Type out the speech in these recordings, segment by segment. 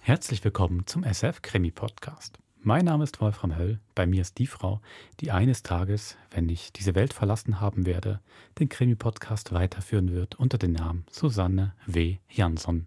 Herzlich willkommen zum SF-Krimi-Podcast. Mein Name ist Wolfram Höll. Bei mir ist die Frau, die eines Tages, wenn ich diese Welt verlassen haben werde, den Krimi-Podcast weiterführen wird unter dem Namen Susanne W. Jansson.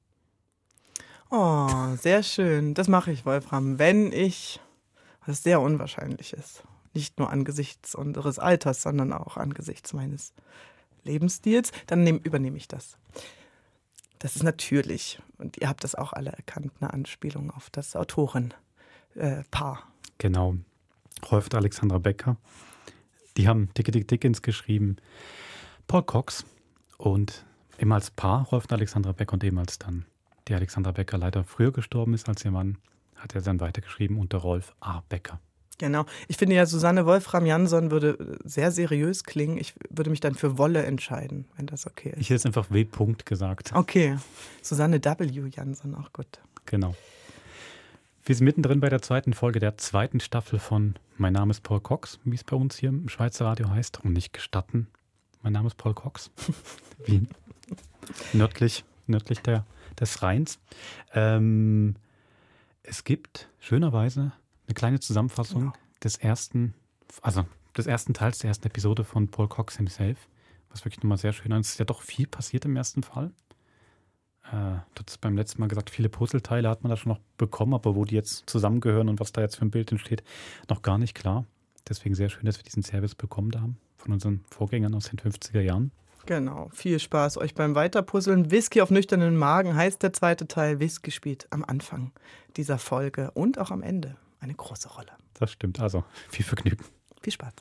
Oh, sehr schön. Das mache ich, Wolfram, was sehr unwahrscheinlich ist. Nicht nur angesichts unseres Alters, sondern auch angesichts meines Lebensstils, dann übernehme ich das. Das ist natürlich, und ihr habt das auch alle erkannt, eine Anspielung auf das Autorenpaar. Genau. Rolf und Alexandra Becker. Die haben Dicke Dickens geschrieben. Paul Cox und eben als Paar, Rolf und Alexandra Becker, und eben als dann die Alexandra Becker leider früher gestorben ist als ihr Mann, hat er dann weitergeschrieben unter Rolf A. Becker. Genau. Ich finde ja, Susanne Wolfram Jansson würde sehr seriös klingen. Ich würde mich dann für Wolle entscheiden, wenn das okay ist. Ich hätte jetzt einfach W. gesagt. Okay. Susanne W. Jansson, auch gut. Genau. Wir sind mittendrin bei der zweiten Folge der zweiten Staffel von Mein Name ist Paul Cox, wie es bei uns hier im Schweizer Radio heißt. Und nicht gestatten. Mein Name ist Paul Cox. Wien. Nördlich des Rheins. Es gibt schönerweise eine kleine Zusammenfassung des ersten Teils der ersten Episode von Paul Cox himself, was wirklich nochmal sehr schön ist. Es ist ja doch viel passiert im ersten Fall. Du hast beim letzten Mal gesagt, viele Puzzleteile hat man da schon noch bekommen, aber wo die jetzt zusammengehören und was da jetzt für ein Bild entsteht, noch gar nicht klar. Deswegen sehr schön, dass wir diesen Service bekommen haben von unseren Vorgängern aus den 50er Jahren. Genau, viel Spaß euch beim Weiterpuzzeln. Whisky auf nüchternen Magen heißt der zweite Teil. Whisky spielt am Anfang dieser Folge und auch am Ende eine große Rolle. Das stimmt, also viel Vergnügen. Viel Spaß.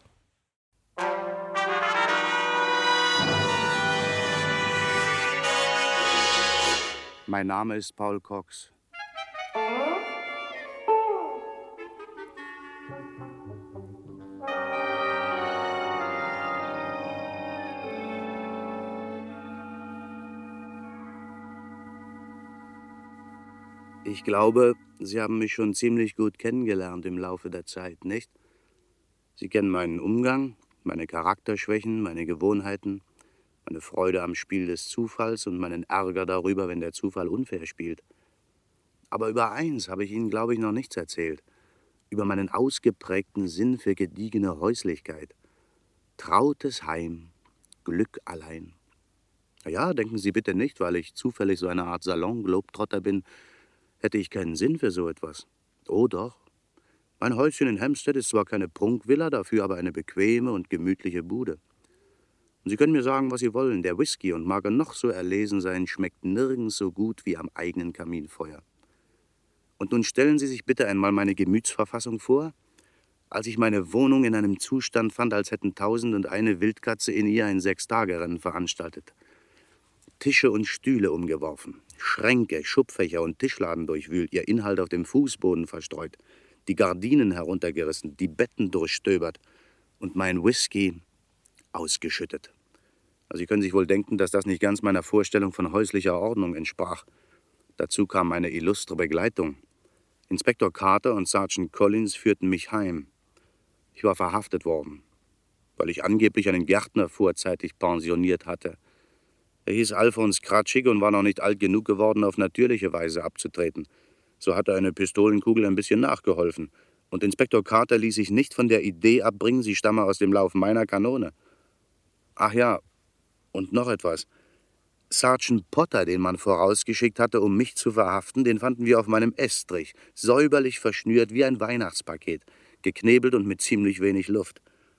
Mein Name ist Paul Cox. Ich glaube, Sie haben mich schon ziemlich gut kennengelernt im Laufe der Zeit, nicht? Sie kennen meinen Umgang, meine Charakterschwächen, meine Gewohnheiten, meine Freude am Spiel des Zufalls und meinen Ärger darüber, wenn der Zufall unfair spielt. Aber über eins habe ich Ihnen, glaube ich, noch nichts erzählt. Über meinen ausgeprägten Sinn für gediegene Häuslichkeit. Trautes Heim, Glück allein. Na ja, denken Sie bitte nicht, weil ich zufällig so eine Art Salon-Globetrotter bin, hätte ich keinen Sinn für so etwas. Oh doch. Mein Häuschen in Hampstead ist zwar keine Prunkvilla, dafür aber eine bequeme und gemütliche Bude. Und Sie können mir sagen, was Sie wollen, der Whisky, und mag er noch so erlesen sein, schmeckt nirgends so gut wie am eigenen Kaminfeuer. Und nun stellen Sie sich bitte einmal meine Gemütsverfassung vor, als ich meine Wohnung in einem Zustand fand, als hätten 1001 Wildkatze in ihr ein 6-Tage-Rennen veranstaltet. Tische und Stühle umgeworfen, Schränke, Schubfächer und Tischladen durchwühlt, ihr Inhalt auf dem Fußboden verstreut, die Gardinen heruntergerissen, die Betten durchstöbert und mein Whisky ausgeschüttet. Also Sie können sich wohl denken, dass das nicht ganz meiner Vorstellung von häuslicher Ordnung entsprach. Dazu kam meine illustre Begleitung. Inspektor Carter und Sergeant Collins führten mich heim. Ich war verhaftet worden, weil ich angeblich einen Gärtner vorzeitig pensioniert hatte. Er hieß Alfons Kratschig und war noch nicht alt genug geworden, auf natürliche Weise abzutreten. So hatte eine Pistolenkugel ein bisschen nachgeholfen. Und Inspektor Carter ließ sich nicht von der Idee abbringen, sie stamme aus dem Lauf meiner Kanone. Ach ja, und noch etwas. Sergeant Potter, den man vorausgeschickt hatte, um mich zu verhaften, den fanden wir auf meinem Estrich, säuberlich verschnürt wie ein Weihnachtspaket, geknebelt und mit ziemlich wenig Luft.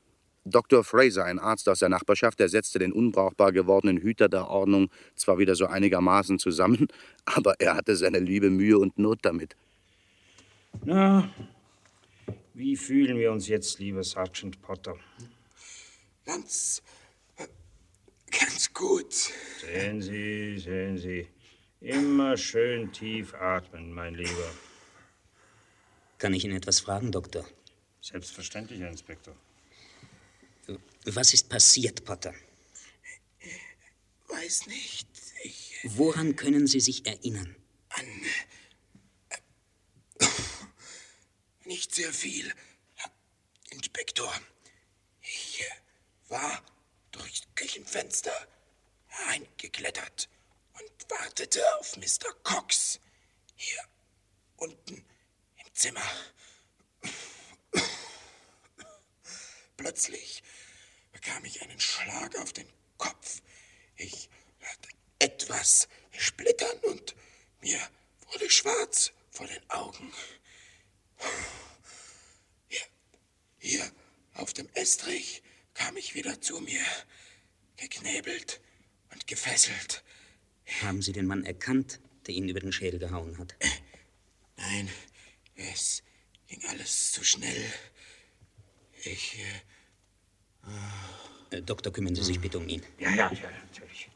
Dr. Fraser, ein Arzt aus der Nachbarschaft, der setzte den unbrauchbar gewordenen Hüter der Ordnung zwar wieder so einigermaßen zusammen, aber er hatte seine liebe Mühe und Not damit. Na, wie fühlen wir uns jetzt, lieber Sergeant Potter? Ganz gut. Sehen Sie. Immer schön tief atmen, mein Lieber. Kann ich Ihnen etwas fragen, Doktor? Selbstverständlich, Herr Inspektor. Was ist passiert, Potter? Weiß nicht. Woran können Sie sich erinnern? Nicht sehr viel. Inspektor, ich war durchs Küchenfenster eingeklettert und wartete auf Mr. Cox. Hier unten im Zimmer. Plötzlich bekam ich einen Schlag auf den Kopf. Ich hörte etwas splittern und mir wurde schwarz vor den Augen. Hier auf dem Estrich kam ich wieder zu mir, geknebelt und gefesselt. Haben Sie den Mann erkannt, der Ihnen über den Schädel gehauen hat? Nein, es ging alles zu schnell. Doktor, kümmern Sie sich bitte um ihn. Ja, natürlich.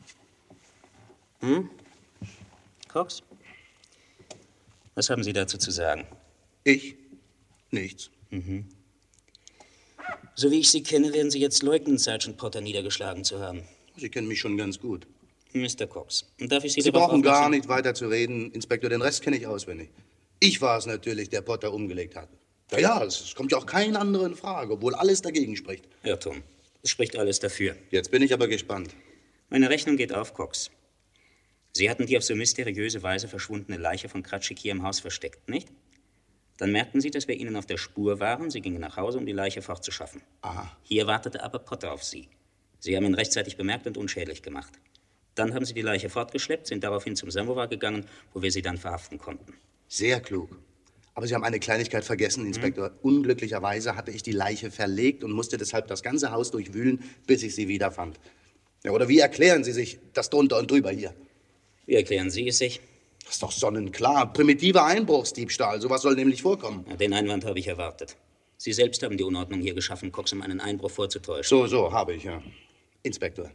Cox? Was haben Sie dazu zu sagen? Ich? Nichts. So wie ich Sie kenne, werden Sie jetzt leugnen, Sergeant Potter niedergeschlagen zu haben. Sie kennen mich schon ganz gut. Mr. Cox, darf ich Sie Sie darauf brauchen gar aufmerksam- nicht weiter zu reden, Inspektor, den Rest kenne ich auswendig. Ich war es natürlich, der Potter umgelegt hat. Ja, es kommt ja auch kein anderer in Frage, obwohl alles dagegen spricht. Irrtum. Es spricht alles dafür. Jetzt bin ich aber gespannt. Meine Rechnung geht auf, Cox. Sie hatten die auf so mysteriöse Weise verschwundene Leiche von Kratschik hier im Haus versteckt, nicht? Dann merkten Sie, dass wir Ihnen auf der Spur waren. Sie gingen nach Hause, um die Leiche fortzuschaffen. Aha. Hier wartete aber Potter auf Sie. Sie haben ihn rechtzeitig bemerkt und unschädlich gemacht. Dann haben Sie die Leiche fortgeschleppt, sind daraufhin zum Samovar gegangen, wo wir Sie dann verhaften konnten. Sehr klug. Aber Sie haben eine Kleinigkeit vergessen, Inspektor. Unglücklicherweise hatte ich die Leiche verlegt und musste deshalb das ganze Haus durchwühlen, bis ich sie wiederfand. Ja, oder wie erklären Sie sich das drunter und drüber hier? Wie erklären Sie es sich? Das ist doch sonnenklar. Primitiver Einbruchsdiebstahl. Sowas soll nämlich vorkommen. Ja, den Einwand habe ich erwartet. Sie selbst haben die Unordnung hier geschaffen, Cox, um einen Einbruch vorzutäuschen. So, habe ich, ja. Inspektor,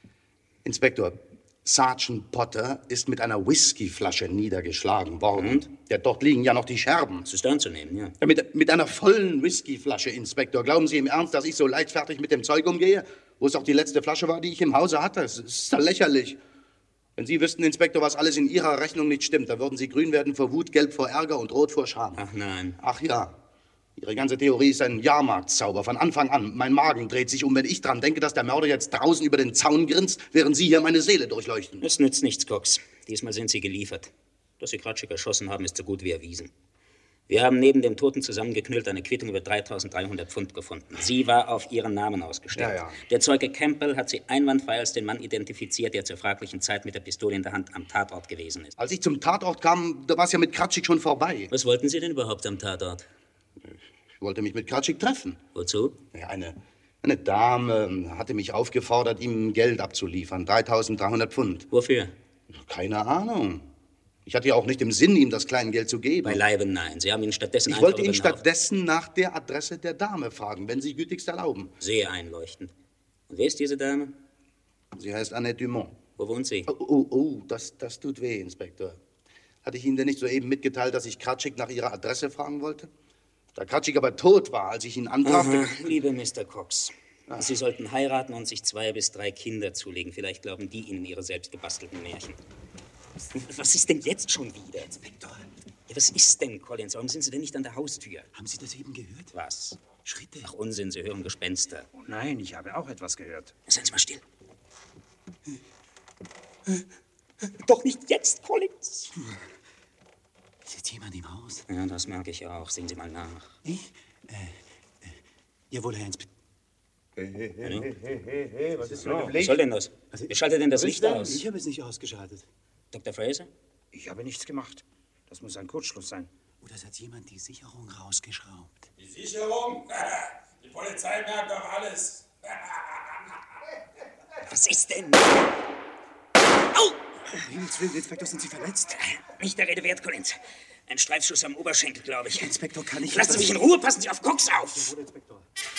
Sergeant Potter ist mit einer Whiskyflasche niedergeschlagen worden. Und? Ja, dort liegen ja noch die Scherben. Das ist anzunehmen, ja. Ja, mit einer vollen Whiskyflasche, Inspektor. Glauben Sie im Ernst, dass ich so leichtfertig mit dem Zeug umgehe? Wo es auch die letzte Flasche war, die ich im Hause hatte? Es ist ja lächerlich. Wenn Sie wüssten, Inspektor, was alles in Ihrer Rechnung nicht stimmt, dann würden Sie grün werden vor Wut, gelb vor Ärger und rot vor Scham. Ach nein. Ach ja. Ihre ganze Theorie ist ein Jahrmarktszauber von Anfang an. Mein Magen dreht sich um, wenn ich dran denke, dass der Mörder jetzt draußen über den Zaun grinst, während Sie hier meine Seele durchleuchten. Es nützt nichts, Cox. Diesmal sind Sie geliefert. Dass Sie Kratschik erschossen haben, ist so gut wie erwiesen. Wir haben neben dem Toten zusammengeknüllt eine Quittung über 3.300 Pfund gefunden. Sie war auf Ihren Namen ausgestellt. Ja. Der Zeuge Campbell hat Sie einwandfrei als den Mann identifiziert, der zur fraglichen Zeit mit der Pistole in der Hand am Tatort gewesen ist. Als ich zum Tatort kam, da war es ja mit Kratschik schon vorbei. Was wollten Sie denn überhaupt am Tatort? Ich wollte mich mit Kratschik treffen. Wozu? Ja, eine Dame hatte mich aufgefordert, ihm Geld abzuliefern. 3.300 Pfund. Wofür? Keine Ahnung. Ich hatte ja auch nicht im Sinn, ihm das Kleingeld zu geben. Beileibe nein. Sie haben ihn stattdessen Ich einfach wollte ihn über den Haufen- stattdessen nach der Adresse der Dame fragen, wenn Sie gütigst erlauben. Sehr einleuchtend. Und wer ist diese Dame? Sie heißt Annette Dumont. Wo wohnt sie? Das tut weh, Inspektor. Hatte ich Ihnen denn nicht soeben mitgeteilt, dass ich Kratschik nach Ihrer Adresse fragen wollte? Da Kratschik aber tot war, als ich ihn antraf... Aha, liebe Mr. Cox, Sie sollten heiraten und sich 2 bis 3 Kinder zulegen. Vielleicht glauben die Ihnen Ihre selbst gebastelten Märchen. Was ist denn jetzt schon wieder? Inspektor, Ja, was ist denn, Collins? Warum sind Sie denn nicht an der Haustür? haben Sie das eben gehört? Was? Schritte. Ach, Unsinn, Sie hören Gespenster. Nein, ich habe auch etwas gehört. Seien Sie mal still. Doch nicht jetzt, Collins. Ist jetzt jemand im Haus? Ja, das merke ich auch. Sehen Sie mal nach. Ich? Jawohl, Herr Inspektor. was ist Was soll denn das? Wer schaltet denn das Licht aus? Ich habe es nicht ausgeschaltet. Dr. Fraser? Ich habe nichts gemacht. Das muss ein Kurzschluss sein. Oder es hat jemand die Sicherung rausgeschraubt. Die Sicherung? Die Polizei merkt doch alles. Was ist denn? Himmels Willen, Inspektor, sind Sie verletzt? Nicht der Rede wert, Collins. Ein Streifschuss am Oberschenkel, glaube ich. Inspektor, kann ich... Lassen Sie mich in Ruhe, passen Sie auf Cox auf. Jawohl, Inspektor.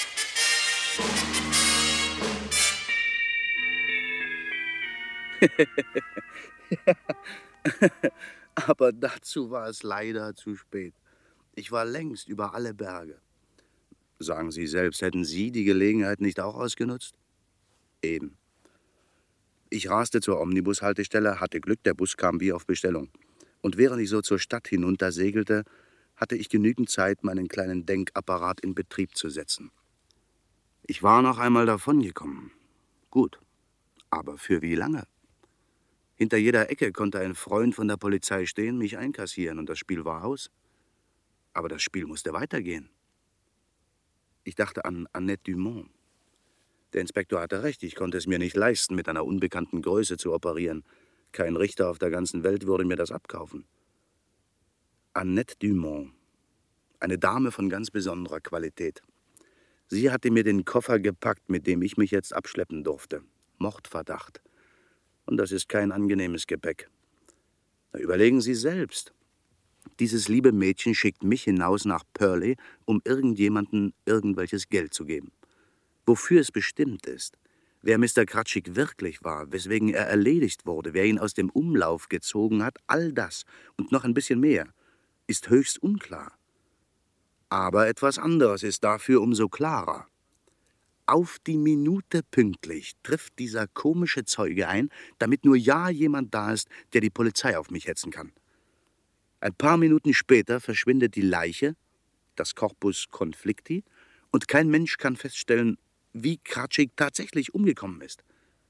Aber dazu war es leider zu spät. Ich war längst über alle Berge. Sagen Sie selbst, hätten Sie die Gelegenheit nicht auch ausgenutzt? Eben. Ich raste zur Omnibushaltestelle, hatte Glück, der Bus kam wie auf Bestellung. Und während ich so zur Stadt hinunter segelte, hatte ich genügend Zeit, meinen kleinen Denkapparat in Betrieb zu setzen. Ich war noch einmal davongekommen. Gut. Aber für wie lange? Hinter jeder Ecke konnte ein Freund von der Polizei stehen, mich einkassieren und das Spiel war aus. Aber das Spiel musste weitergehen. Ich dachte an Annette Dumont. Der Inspektor hatte recht, ich konnte es mir nicht leisten, mit einer unbekannten Größe zu operieren. Kein Richter auf der ganzen Welt würde mir das abkaufen. Annette Dumont, eine Dame von ganz besonderer Qualität. Sie hatte mir den Koffer gepackt, mit dem ich mich jetzt abschleppen durfte. Mordverdacht. Und das ist kein angenehmes Gepäck. Na, überlegen Sie selbst. Dieses liebe Mädchen schickt mich hinaus nach Purley, um irgendjemandem irgendwelches Geld zu geben. Wofür es bestimmt ist, wer Mr. Kratschik wirklich war, weswegen er erledigt wurde, wer ihn aus dem Umlauf gezogen hat, all das und noch ein bisschen mehr, ist höchst unklar. Aber etwas anderes ist dafür umso klarer. Auf die Minute pünktlich trifft dieser komische Zeuge ein, damit nur ja jemand da ist, der die Polizei auf mich hetzen kann. Ein paar Minuten später verschwindet die Leiche, das Corpus Conflicti, und kein Mensch kann feststellen, wie Kratschik tatsächlich umgekommen ist.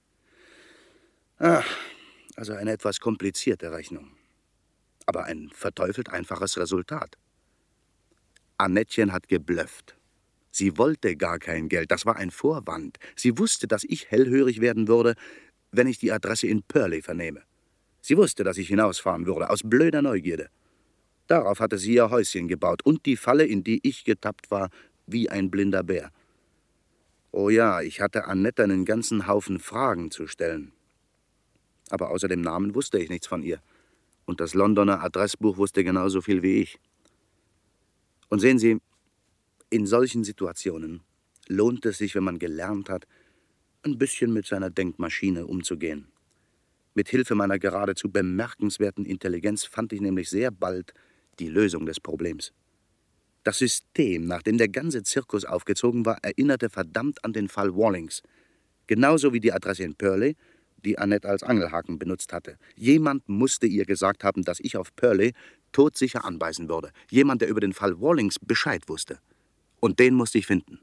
Also eine etwas komplizierte Rechnung. Aber ein verteufelt einfaches Resultat. Annettchen hat geblufft. Sie wollte gar kein Geld, das war ein Vorwand. Sie wusste, dass ich hellhörig werden würde, wenn ich die Adresse in Purley vernehme. Sie wusste, dass ich hinausfahren würde, aus blöder Neugierde. Darauf hatte sie ihr Häuschen gebaut und die Falle, in die ich getappt war, wie ein blinder Bär. Oh ja, ich hatte Annette einen ganzen Haufen Fragen zu stellen. Aber außer dem Namen wusste ich nichts von ihr. Und das Londoner Adressbuch wusste genauso viel wie ich. Und sehen Sie, in solchen Situationen lohnt es sich, wenn man gelernt hat, ein bisschen mit seiner Denkmaschine umzugehen. Mit Hilfe meiner geradezu bemerkenswerten Intelligenz fand ich nämlich sehr bald die Lösung des Problems. Das System, nach dem der ganze Zirkus aufgezogen war, erinnerte verdammt an den Fall Wallings. Genauso wie die Adresse in Purley, die Annette als Angelhaken benutzt hatte. Jemand musste ihr gesagt haben, dass ich auf Purley todsicher anbeißen würde. Jemand, der über den Fall Wallings Bescheid wusste. Und den musste ich finden.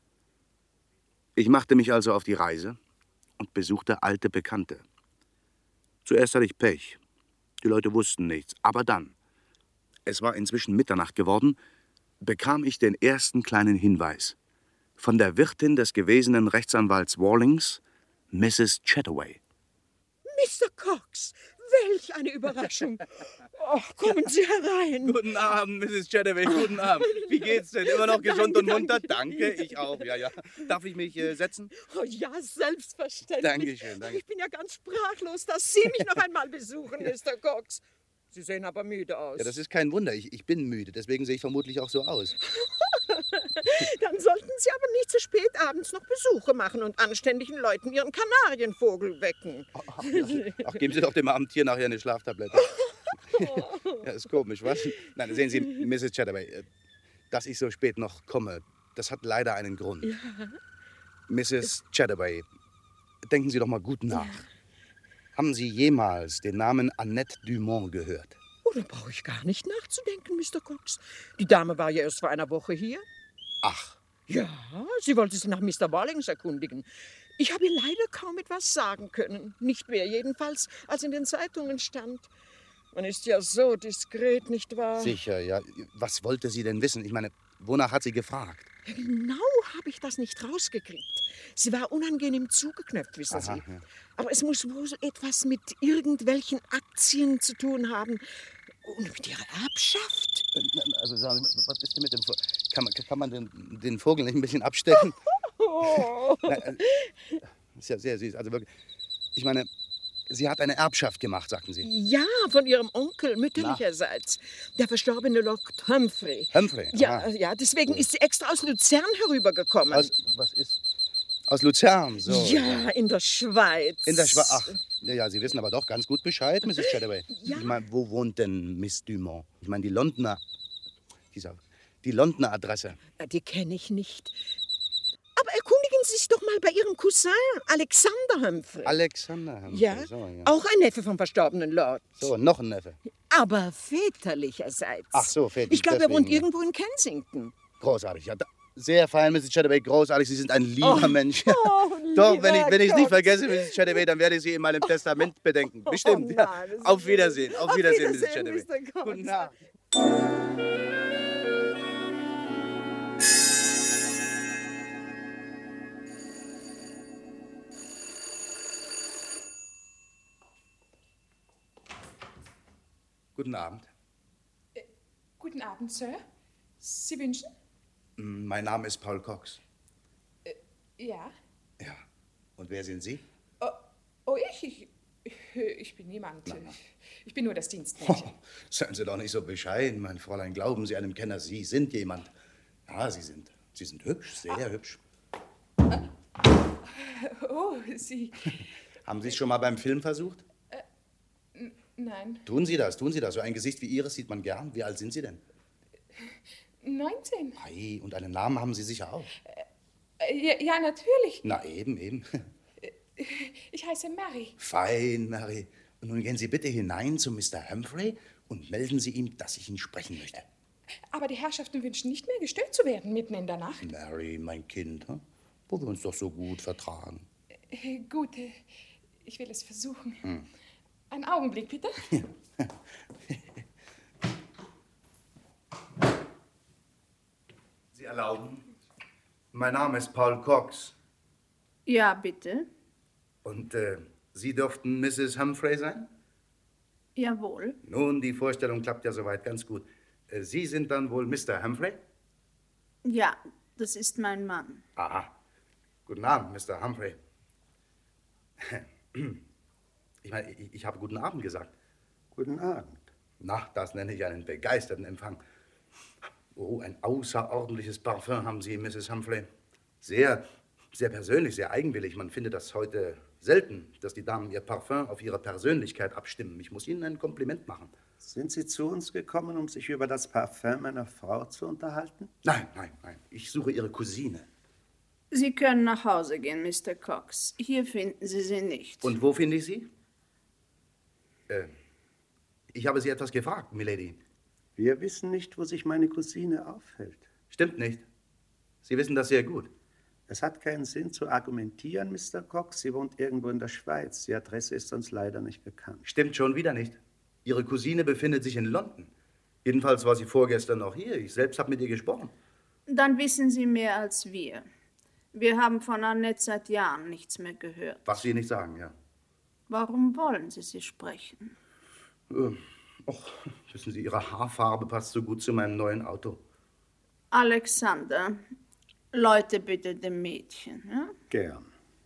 Ich machte mich also auf die Reise und besuchte alte Bekannte. Zuerst hatte ich Pech. Die Leute wussten nichts. Aber dann, es war inzwischen Mitternacht geworden, bekam ich den ersten kleinen Hinweis. Von der Wirtin des gewesenen Rechtsanwalts Wallings, Mrs. Chataway. Mr. Cox, welch eine Überraschung. Oh, kommen Sie herein. Guten Abend, Mrs. Chataway, guten Abend. Wie geht's denn? Immer noch gesund und munter? Danke, ich auch, ja. Darf ich mich setzen? Oh ja, selbstverständlich. Dankeschön, danke. Ich bin ja ganz sprachlos, dass Sie mich noch einmal besuchen, Mr. Cox. Sie sehen aber müde aus. Ja, das ist kein Wunder. Ich bin müde, deswegen sehe ich vermutlich auch so aus. Dann sollten Sie aber nicht zu spät abends noch Besuche machen und anständigen Leuten ihren Kanarienvogel wecken. Ach, geben Sie doch dem armen Tier nachher eine Schlaftablette. Ja, ist komisch, was? Nein, sehen Sie, Mrs. Chataway, dass ich so spät noch komme, das hat leider einen Grund. Ja. Mrs. Chataway, denken Sie doch mal gut nach. Ja. Haben Sie jemals den Namen Annette Dumont gehört? Oh, da brauche ich gar nicht nachzudenken, Mr. Cox. Die Dame war ja erst vor einer Woche hier. Ach. Ja, sie wollte sich nach Mr. Wallings erkundigen. Ich habe ihr leider kaum etwas sagen können. Nicht mehr jedenfalls, als in den Zeitungen stand. Man ist ja so diskret, nicht wahr? Sicher, ja. Was wollte sie denn wissen? Ich meine, wonach hat sie gefragt? Ja, genau habe ich das nicht rausgekriegt. Sie war unangenehm zugeknöpft, wissen Sie. Ja. Aber es muss wohl etwas mit irgendwelchen Aktien zu tun haben. Und mit ihrer Erbschaft. Also sagen Sie, was ist denn mit dem Vogel? Kann man den Vogel nicht ein bisschen abstecken? Nein, ist ja sehr süß. Also wirklich, ich meine, sie hat eine Erbschaft gemacht, sagten Sie. Ja, von ihrem Onkel mütterlicherseits. Der verstorbene Lord Humphrey. Humphrey? Ja, deswegen ist sie extra aus Luzern herübergekommen. Was ist? Aus Luzern, so. Ja, in der Schweiz. In der Schweiz, ach. Ja, Sie wissen aber doch ganz gut Bescheid, Mrs. Chataway. Ja. Ich meine, wo wohnt denn Miss Dumont? Ich meine, die Londoner Adresse. Die kenne ich nicht. Aber erkundigen Sie sich doch mal bei Ihrem Cousin, Alexander Humphrey. Alexander Humphrey, ja, so, ja. Auch ein Neffe vom verstorbenen Lord. So, noch ein Neffe. Aber väterlicherseits. Ach so, väterlich. Ich glaube, er wohnt irgendwo in Kensington. Großartig, ja. Sehr fein, Mrs. Chataway, großartig. Sie sind ein lieber Mensch. Oh, Doch, wenn ich es nicht Cox. vergesse, Mrs. Chataway, dann werde ich Sie in meinem Testament bedenken. Bestimmt. Oh Ja. nein, das ist Auf Wiedersehen, auf Wiedersehen, Mrs. Wiedersehen, Chataway. Mr. Cox. Guten Abend. Guten Abend. Guten Abend, Sir. Sie wünschen? Mein Name ist Paul Cox. Ja. Ja. Und wer sind Sie? Oh, ich bin niemand. Ich bin nur das Dienstmädchen. Seien Sie doch nicht so bescheiden, mein Fräulein. Glauben Sie einem Kenner, Sie sind jemand. Ja, Sie sind hübsch, sehr hübsch. Oh, Sie... Haben Sie es schon mal beim Film versucht? Nein. Tun Sie das. So ein Gesicht wie Ihres sieht man gern. Wie alt sind Sie denn? 19. Ei, und einen Namen haben Sie sicher auch. Ja, natürlich. Na, eben. Ich heiße Mary. Fein, Mary. Und nun gehen Sie bitte hinein zu Mr. Humphrey und melden Sie ihm, dass ich ihn sprechen möchte. Aber die Herrschaften wünschen nicht mehr gestört zu werden mitten in der Nacht. Mary, mein Kind, wo wir uns doch so gut vertragen. Gut, ich will es versuchen. Einen Augenblick, bitte. Sie erlauben? Mein Name ist Paul Cox. Ja, bitte. Und Sie dürften Mrs. Humphrey sein? Jawohl. Nun, die Vorstellung klappt ja soweit ganz gut. Sie sind dann wohl Mr. Humphrey? Ja, das ist mein Mann. Aha. Guten Abend, Mr. Humphrey. Ich meine, ich habe guten Abend gesagt. Guten Abend. Na, das nenne ich einen begeisterten Empfang. Oh, ein außerordentliches Parfum haben Sie, Mrs. Humphrey. Sehr persönlich, sehr eigenwillig. Man findet das heute selten, dass die Damen ihr Parfum auf ihre Persönlichkeit abstimmen. Ich muss Ihnen ein Kompliment machen. Sind Sie zu uns gekommen, um sich über das Parfum meiner Frau zu unterhalten? Nein. Ich suche Ihre Cousine. Sie können nach Hause gehen, Mr. Cox. Hier finden Sie sie nicht. Und wo finde ich sie? Ich habe Sie etwas gefragt, Milady. Wir wissen nicht, wo sich meine Cousine aufhält. Stimmt nicht. Sie wissen das sehr gut. Es hat keinen Sinn zu argumentieren, Mr. Cox. Sie wohnt irgendwo in der Schweiz. Die Adresse ist uns leider nicht bekannt. Stimmt schon wieder nicht. Ihre Cousine befindet sich in London. Jedenfalls war sie vorgestern noch hier. Ich selbst habe mit ihr gesprochen. Dann wissen Sie mehr als wir. Wir haben von Annette seit Jahren nichts mehr gehört. Was Sie nicht sagen, ja. Warum wollen Sie sie sprechen? Wissen Sie, Ihre Haarfarbe passt so gut zu meinem neuen Auto. Alexander, läute bitte dem Mädchen. Ja? Gern.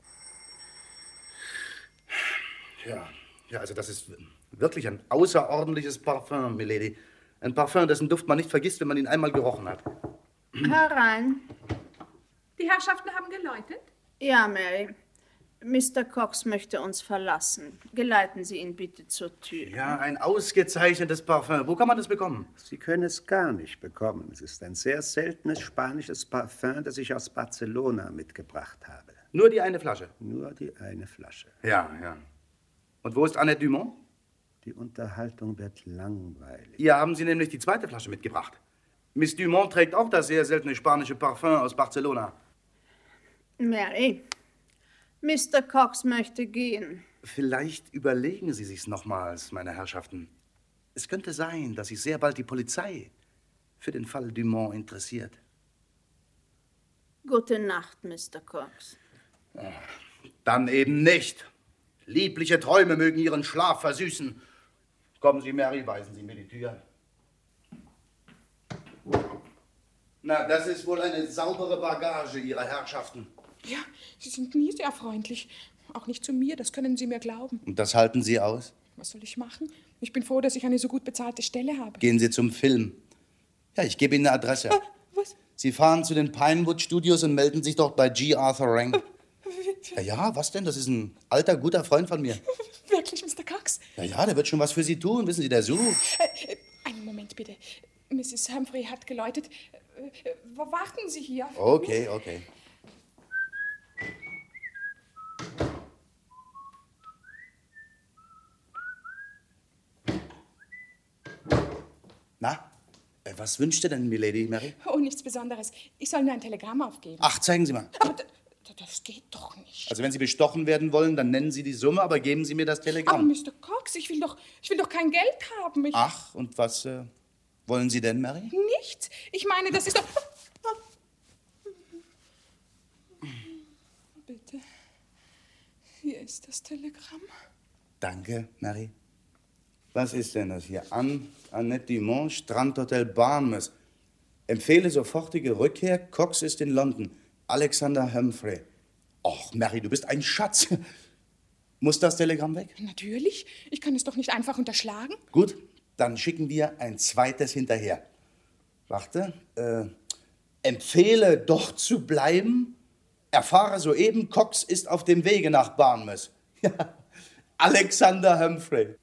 Ja, also das ist wirklich ein außerordentliches Parfum, Milady. Ein Parfum, dessen Duft man nicht vergisst, wenn man ihn einmal gerochen hat. Herein. Die Herrschaften haben geläutet? Ja, Mary. Mr. Cox möchte uns verlassen. Geleiten Sie ihn bitte zur Tür. Ja, ein ausgezeichnetes Parfum. Wo kann man das bekommen? Sie können es gar nicht bekommen. Es ist ein sehr seltenes spanisches Parfum, das ich aus Barcelona mitgebracht habe. Nur die eine Flasche? Nur die eine Flasche. Ja. Und wo ist Annette Dumont? Die Unterhaltung wird langweilig. Hier haben Sie nämlich die zweite Flasche mitgebracht. Miss Dumont trägt auch das sehr seltene spanische Parfum aus Barcelona. Mary, Mr. Cox möchte gehen. Vielleicht überlegen Sie sich's nochmals, meine Herrschaften. Es könnte sein, dass sich sehr bald die Polizei für den Fall Dumont interessiert. Gute Nacht, Mr. Cox. Dann eben nicht. Liebliche Träume mögen Ihren Schlaf versüßen. Kommen Sie, Mary, weisen Sie mir die Tür. Na, das ist wohl eine saubere Bagage, Ihre Herrschaften. Ja, Sie sind nie sehr freundlich. Auch nicht zu mir, das können Sie mir glauben. Und das halten Sie aus? Was soll ich machen? Ich bin froh, dass ich eine so gut bezahlte Stelle habe. Gehen Sie zum Film. Ja, ich gebe Ihnen eine Adresse. Was? Sie fahren zu den Pinewood Studios und melden sich dort bei G. Arthur Rank. Ja, was denn? Das ist ein alter, guter Freund von mir. Wirklich, Mr. Cox? Ja, der wird schon was für Sie tun. Wissen Sie, der sucht. Einen Moment, bitte. Mrs. Humphrey hat geläutet. Warten Sie hier. Okay. Na, Was wünscht ihr denn, Milady, Mary? Oh, nichts Besonderes. Ich soll nur ein Telegramm aufgeben. Ach, zeigen Sie mal. Aber das geht doch nicht. Also wenn Sie bestochen werden wollen, dann nennen Sie die Summe, aber geben Sie mir das Aber Telegramm. Mr. Cox, ich will doch kein Geld haben. Ach, und was wollen Sie denn, Mary? Nichts. Ich meine, das ist doch... Bitte. Hier ist das Telegramm. Danke, Mary. Was ist denn das hier? Annette Dumont, Strandhotel Barnmouth. Empfehle sofortige Rückkehr. Cox ist in London. Alexander Humphrey. Och, Mary, du bist ein Schatz. Muss das Telegramm weg? Natürlich. Ich kann es doch nicht einfach unterschlagen. Gut, dann schicken wir ein zweites hinterher. Warte. Empfehle doch zu bleiben. Erfahre soeben, Cox ist auf dem Wege nach Barnmouth. Ja, Alexander Humphrey.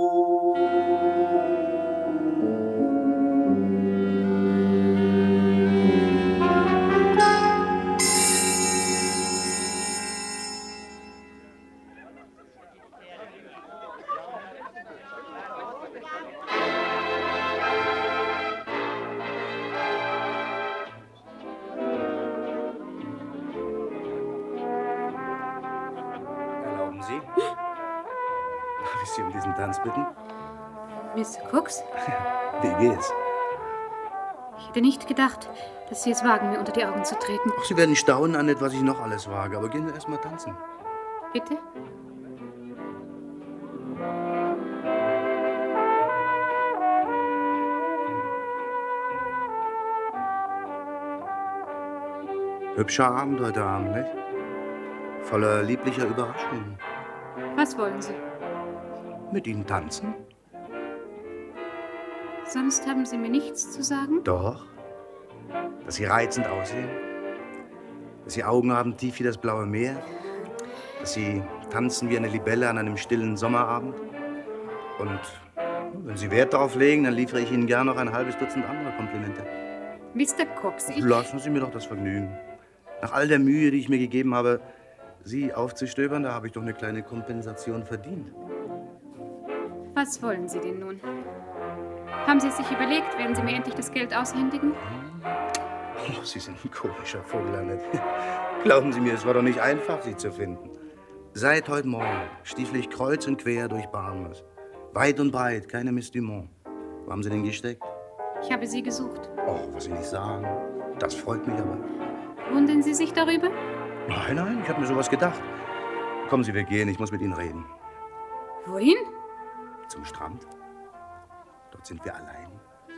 Erlauben Sie? Darf ich Sie um diesen Tanz bitten? Mr. Cox? Wie geht's? Ich hätte nicht gedacht, dass Sie es wagen, mir unter die Augen zu treten. Ach, Sie werden staunen, Annette, was ich noch alles wage. Aber gehen wir erst mal tanzen. Bitte? Hübscher Abend heute Abend, nicht? Voller lieblicher Überraschungen. Was wollen Sie? Mit Ihnen tanzen? Sonst haben Sie mir nichts zu sagen? Doch. Dass Sie reizend aussehen. Dass Sie Augen haben tief wie das blaue Meer. Dass Sie tanzen wie eine Libelle an einem stillen Sommerabend. Und wenn Sie Wert darauf legen, dann liefere ich Ihnen gern noch ein halbes Dutzend andere Komplimente. Mr. Cox, Lassen Sie mir doch das Vergnügen. Nach all der Mühe, die ich mir gegeben habe, Sie aufzustöbern, da habe ich doch eine kleine Kompensation verdient. Was wollen Sie denn nun? Haben Sie es sich überlegt? Werden Sie mir endlich das Geld aushändigen? Oh, Sie sind ein komischer Vogel, Annette. Glauben Sie mir, es war doch nicht einfach, Sie zu finden. Seit heute Morgen stiefel ich kreuz und quer durch Barnmouth. Weit und breit, keine Miss Dumont. Wo haben Sie denn gesteckt? Ich habe Sie gesucht. Oh, was Sie nicht sagen. Das freut mich aber. Wundern Sie sich darüber? Nein, ich habe mir sowas gedacht. Kommen Sie, wir gehen, ich muss mit Ihnen reden. Wohin? Zum Strand. Dort sind wir allein.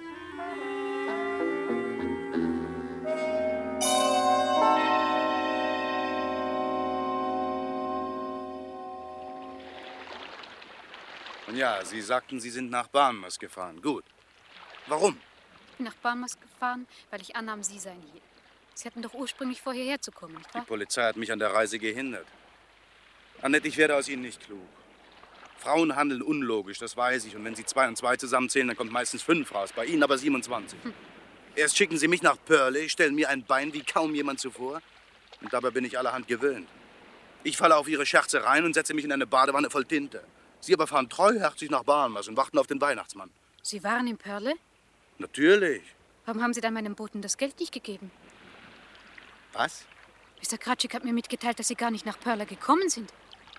Und ja, Sie sagten, Sie sind nach Barnmouth gefahren. Gut. Warum? Ich bin nach Barnmouth gefahren, weil ich annahm, Sie seien hier. Sie hatten doch ursprünglich vor, hierher zu kommen, nicht wahr? Die Polizei hat mich an der Reise gehindert. Annette, ich werde aus Ihnen nicht klug. Frauen handeln unlogisch, das weiß ich. Und wenn Sie 2 und 2 zusammenzählen, dann kommt meistens 5 raus. Bei Ihnen aber 27. Erst schicken Sie mich nach Purley, stellen mir ein Bein wie kaum jemand zuvor. Und dabei bin ich allerhand gewöhnt. Ich falle auf Ihre Scherze rein und setze mich in eine Badewanne voll Tinte. Sie aber fahren treuherzig nach Barnmouth und warten auf den Weihnachtsmann. Sie waren in Purley? Natürlich. Warum haben Sie dann meinem Boten das Geld nicht gegeben? Was? Mr. Kratschik hat mir mitgeteilt, dass Sie gar nicht nach Purley gekommen sind.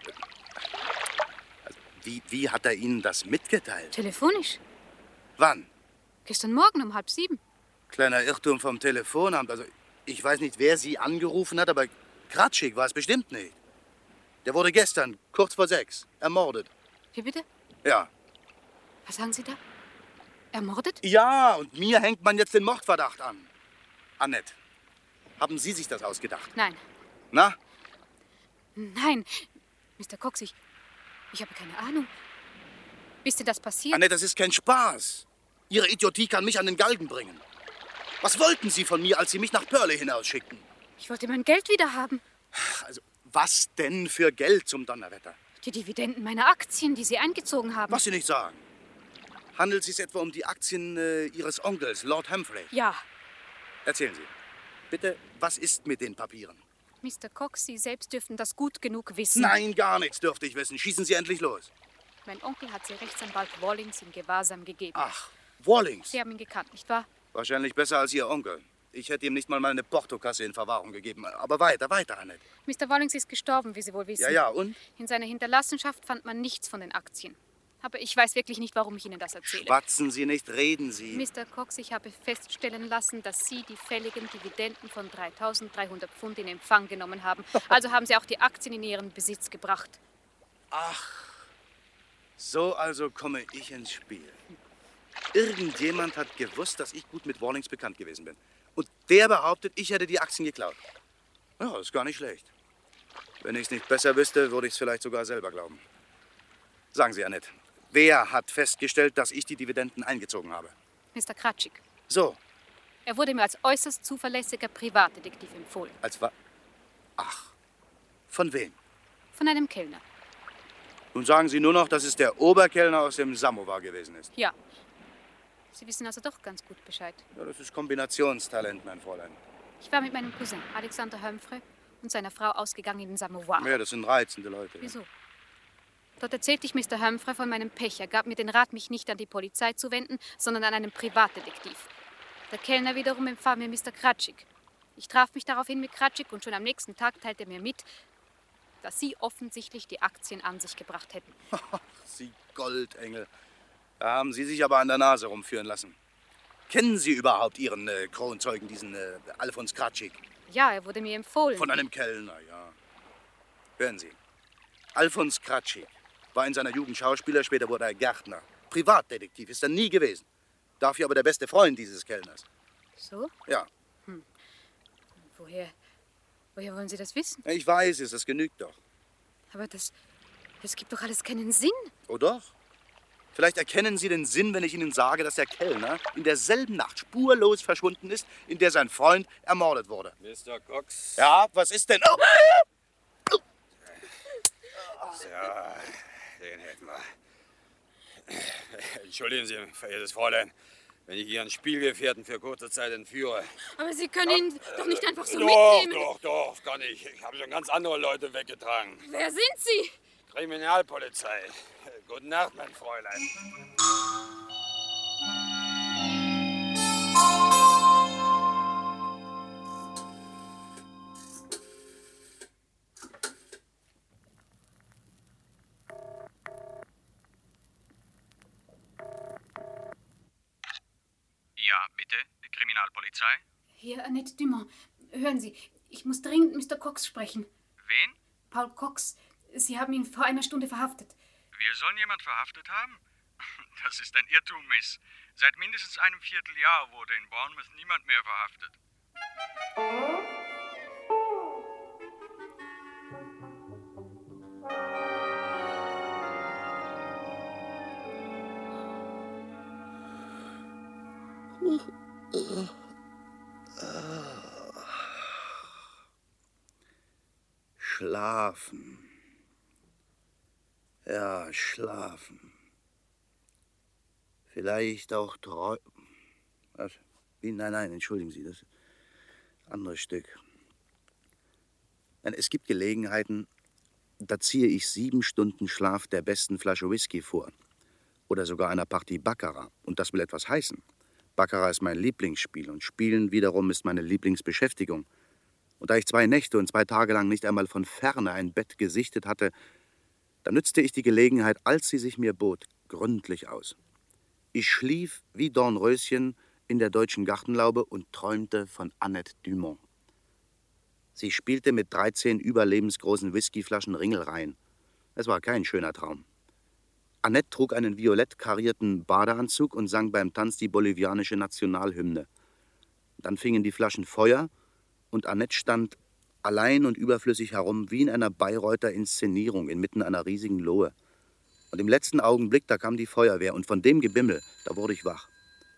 Wie hat er Ihnen das mitgeteilt? Telefonisch. Wann? Gestern Morgen um 6:30. Kleiner Irrtum vom Telefonamt. Also, ich weiß nicht, wer Sie angerufen hat, aber Kratschik war es bestimmt nicht. Der wurde gestern, kurz vor 6, ermordet. Wie bitte? Ja. Was sagen Sie da? Ermordet? Ja, und mir hängt man jetzt den Mordverdacht an. Annette, haben Sie sich das ausgedacht? Nein. Na? Nein. Mr. Cox, ich habe keine Ahnung. Wie ist denn das passiert? Annette, das ist kein Spaß. Ihre Idiotie kann mich an den Galgen bringen. Was wollten Sie von mir, als Sie mich nach Purley hinausschickten? Ich wollte mein Geld wieder haben. Also, was denn für Geld zum Donnerwetter? Die Dividenden meiner Aktien, die Sie eingezogen haben. Was Sie nicht sagen. Handelt es sich etwa um die Aktien Ihres Onkels, Lord Humphrey? Ja. Erzählen Sie. Bitte, was ist mit den Papieren? Mr. Cox, Sie selbst dürften das gut genug wissen. Nein, gar nichts dürfte ich wissen. Schießen Sie endlich los. Mein Onkel hat Sie Rechtsanwalt Wallings in Gewahrsam gegeben. Ach, Wallings. Sie haben ihn gekannt, nicht wahr? Wahrscheinlich besser als Ihr Onkel. Ich hätte ihm nicht mal meine Portokasse in Verwahrung gegeben. Aber weiter, Annette. Mr. Wallings ist gestorben, wie Sie wohl wissen. Ja, und? In seiner Hinterlassenschaft fand man nichts von den Aktien. Aber ich weiß wirklich nicht, warum ich Ihnen das erzähle. Schwatzen Sie nicht, reden Sie. Mr. Cox, ich habe feststellen lassen, dass Sie die fälligen Dividenden von 3.300 Pfund in Empfang genommen haben. Also haben Sie auch die Aktien in Ihren Besitz gebracht. Ach, so also komme ich ins Spiel. Irgendjemand hat gewusst, dass ich gut mit Wallings bekannt gewesen bin. Und der behauptet, ich hätte die Aktien geklaut. Ja, das ist gar nicht schlecht. Wenn ich es nicht besser wüsste, würde ich es vielleicht sogar selber glauben. Sagen Sie, Annette, wer hat festgestellt, dass ich die Dividenden eingezogen habe? Mr. Kratschik. So. Er wurde mir als äußerst zuverlässiger Privatdetektiv empfohlen. Ach, von wem? Von einem Kellner. Nun sagen Sie nur noch, dass es der Oberkellner aus dem Samovar gewesen ist. Ja. Sie wissen also doch ganz gut Bescheid. Ja, das ist Kombinationstalent, mein Fräulein. Ich war mit meinem Cousin Alexander Humphrey und seiner Frau ausgegangen in den Samovar. Ja, das sind reizende Leute. Wieso? Dort erzählte ich Mr. Humphrey von meinem Pech. Er gab mir den Rat, mich nicht an die Polizei zu wenden, sondern an einen Privatdetektiv. Der Kellner wiederum empfahl mir Mr. Kratschik. Ich traf mich daraufhin mit Kratschik und schon am nächsten Tag teilte er mir mit, dass Sie offensichtlich die Aktien an sich gebracht hätten. Sie Goldengel. Da haben Sie sich aber an der Nase rumführen lassen. Kennen Sie überhaupt Ihren Kronzeugen, diesen Alfons Kratschik? Ja, er wurde mir empfohlen. Von einem Kellner, ja. Hören Sie. Alfons Kratschik war in seiner Jugend Schauspieler, später wurde er Gärtner. Privatdetektiv ist er nie gewesen. Dafür aber der beste Freund dieses Kellners. So? Ja. Woher wollen Sie das wissen? Ich weiß es, das genügt doch. Aber das gibt doch alles keinen Sinn. Oh doch. Vielleicht erkennen Sie den Sinn, wenn ich Ihnen sage, dass der Kellner in derselben Nacht spurlos verschwunden ist, in der sein Freund ermordet wurde. Mr. Cox? Ja, was ist denn? Oh! So, den hätten wir. Entschuldigen Sie, verehrtes Fräulein, wenn ich Ihren Spielgefährten für kurze Zeit entführe. Aber Sie können ihn doch nicht einfach so Doch, mitnehmen. doch, kann ich. Ich habe schon ganz andere Leute weggetragen. Wer sind Sie? Kriminalpolizei. Gute Nacht, mein Fräulein. Ja, bitte, Kriminalpolizei? Hier, Annette Dumont. Hören Sie, ich muss dringend Mr. Cox sprechen. Wen? Paul Cox. Sie haben ihn vor einer Stunde verhaftet. Wir sollen jemand verhaftet haben? Das ist ein Irrtum, Miss. Seit mindestens einem Vierteljahr wurde in Bournemouth niemand mehr verhaftet. Schlafen. Ja, schlafen. Vielleicht auch träumen. Was? Wie? Nein, entschuldigen Sie, das ist ein anderes Stück. Nein, es gibt Gelegenheiten, da ziehe ich 7 Stunden Schlaf der besten Flasche Whisky vor. Oder sogar einer Partie Baccarat. Und das will etwas heißen. Baccarat ist mein Lieblingsspiel und Spielen wiederum ist meine Lieblingsbeschäftigung. Und da ich 2 Nächte und 2 Tage lang nicht einmal von Ferne ein Bett gesichtet hatte, da nützte ich die Gelegenheit, als sie sich mir bot, gründlich aus. Ich schlief wie Dornröschen in der deutschen Gartenlaube und träumte von Annette Dumont. Sie spielte mit 13 überlebensgroßen Whiskyflaschen Ringelreihen. Es war kein schöner Traum. Annette trug einen violett karierten Badeanzug und sang beim Tanz die bolivianische Nationalhymne. Dann fingen die Flaschen Feuer und Annette stand allein und überflüssig herum wie in einer Bayreuther Inszenierung inmitten einer riesigen Lohe. Und im letzten Augenblick, da kam die Feuerwehr und von dem Gebimmel, da wurde ich wach.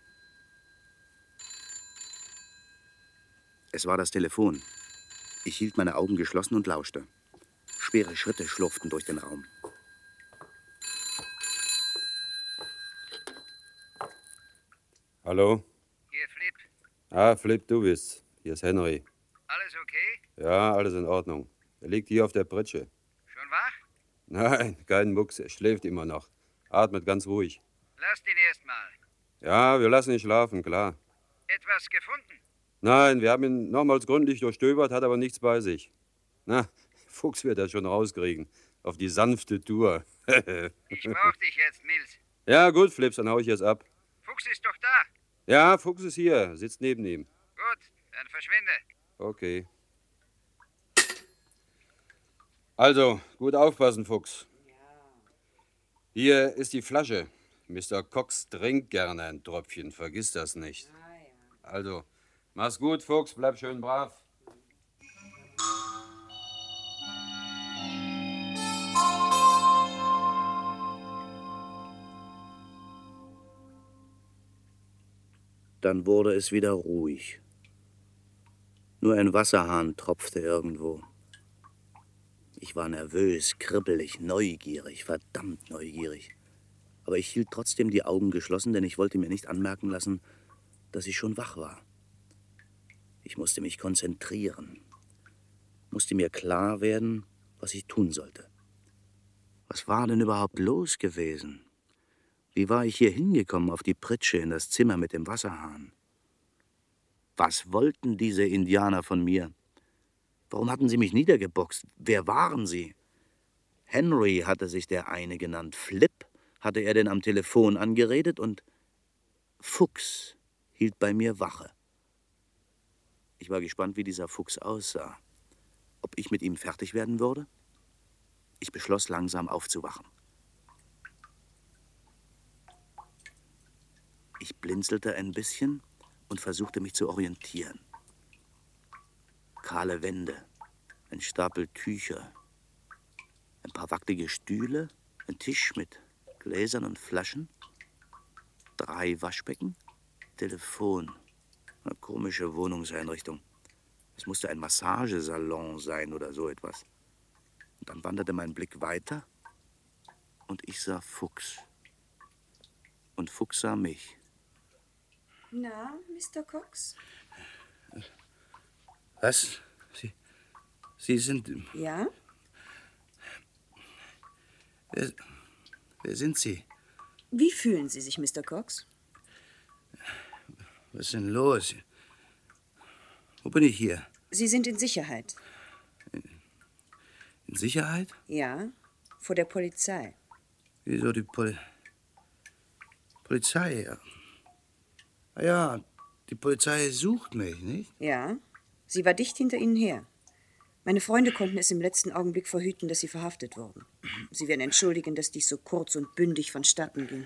Es war das Telefon. Ich hielt meine Augen geschlossen und lauschte. Schwere Schritte schlurften durch den Raum. Hallo? Hier, Flip. Ah, Flip, du bist. Hier ist Henry. Alles okay? Ja, alles in Ordnung. Er liegt hier auf der Pritsche. Schon wach? Nein, kein Mucks, er schläft immer noch. Atmet ganz ruhig. Lasst ihn erst mal. Ja, wir lassen ihn schlafen, klar. Etwas gefunden? Nein, wir haben ihn nochmals gründlich durchstöbert, hat aber nichts bei sich. Na, Fuchs wird das schon rauskriegen. Auf die sanfte Tour. Ich brauch dich jetzt, Mills. Ja, gut, Flips, dann hau ich jetzt ab. Fuchs ist doch da. Ja, Fuchs ist hier, sitzt neben ihm. Gut, dann verschwinde. Okay. Also, gut aufpassen, Fuchs. Hier ist die Flasche. Mr. Cox trinkt gerne ein Tröpfchen, vergiss das nicht. Also, mach's gut, Fuchs, bleib schön brav. Dann wurde es wieder ruhig. Nur ein Wasserhahn tropfte irgendwo. Ich war nervös, kribbelig, neugierig, verdammt neugierig. Aber ich hielt trotzdem die Augen geschlossen, denn ich wollte mir nicht anmerken lassen, dass ich schon wach war. Ich musste mich konzentrieren, musste mir klar werden, was ich tun sollte. Was war denn überhaupt los gewesen? Wie war ich hier hingekommen auf die Pritsche in das Zimmer mit dem Wasserhahn? Was wollten diese Indianer von mir? Warum hatten sie mich niedergeboxt? Wer waren sie? Henry hatte sich der eine genannt. Flip hatte er denn am Telefon angeredet und Fuchs hielt bei mir Wache. Ich war gespannt, wie dieser Fuchs aussah. Ob ich mit ihm fertig werden würde? Ich beschloss, langsam aufzuwachen. Ich blinzelte ein bisschen und versuchte mich zu orientieren. Kahle Wände, ein Stapel Tücher, ein paar wackelige Stühle, ein Tisch mit Gläsern und Flaschen, 3 Waschbecken, Telefon, eine komische Wohnungseinrichtung. Es musste ein Massagesalon sein oder so etwas. Und dann wanderte mein Blick weiter und ich sah Fuchs. Und Fuchs sah mich. Na, Mr. Cox? Was? Sie sind... Ja? Wer sind Sie? Wie fühlen Sie sich, Mr. Cox? Was ist denn los? Wo bin ich hier? Sie sind in Sicherheit. In Sicherheit? Ja, vor der Polizei. Wieso die Polizei? Ah ja, die Polizei sucht mich, nicht? Ja, sie war dicht hinter Ihnen her. Meine Freunde konnten es im letzten Augenblick verhüten, dass Sie verhaftet wurden. Sie werden entschuldigen, dass dies so kurz und bündig vonstatten ging.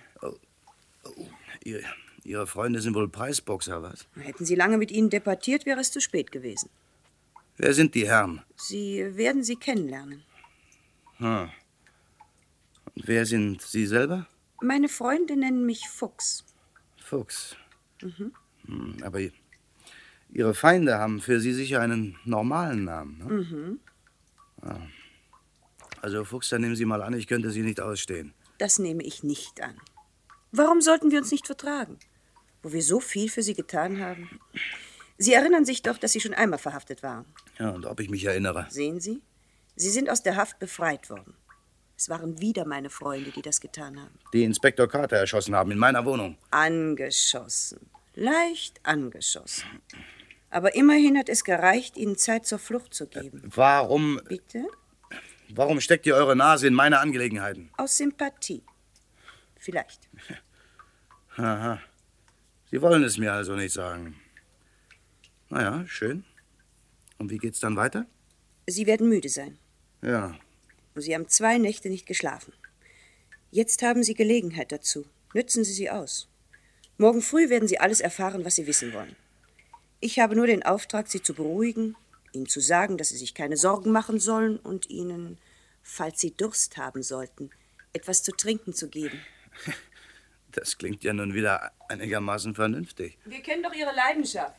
Ihre Freunde sind wohl Preisboxer, was? Hätten Sie lange mit ihnen debattiert, wäre es zu spät gewesen. Wer sind die Herren? Sie werden sie kennenlernen. Und wer sind Sie selber? Meine Freunde nennen mich Fuchs. Fuchs. Mhm. Aber Ihre Feinde haben für Sie sicher einen normalen Namen, ne? Mhm. Ja. Also Fuchs, dann nehmen Sie mal an, ich könnte Sie nicht ausstehen. Das nehme ich nicht an. Warum sollten wir uns nicht vertragen, wo wir so viel für Sie getan haben? Sie erinnern sich doch, dass Sie schon einmal verhaftet waren. Ja, und ob ich mich erinnere. Sehen Sie? Sie sind aus der Haft befreit worden. Es waren wieder meine Freunde, die das getan haben. Die Inspektor Carter erschossen haben in meiner Wohnung. Angeschossen. Leicht angeschossen. Aber immerhin hat es gereicht, Ihnen Zeit zur Flucht zu geben. Warum... Bitte? Warum steckt ihr eure Nase in meine Angelegenheiten? Aus Sympathie. Vielleicht. Aha. Sie wollen es mir also nicht sagen. Naja, schön. Und wie geht's dann weiter? Sie werden müde sein. Ja. Sie haben 2 Nächte nicht geschlafen. Jetzt haben Sie Gelegenheit dazu. Nützen Sie sie aus. Morgen früh werden Sie alles erfahren, was Sie wissen wollen. Ich habe nur den Auftrag, Sie zu beruhigen, Ihnen zu sagen, dass Sie sich keine Sorgen machen sollen und Ihnen, falls Sie Durst haben sollten, etwas zu trinken zu geben. Das klingt ja nun wieder einigermaßen vernünftig. Wir kennen doch Ihre Leidenschaft.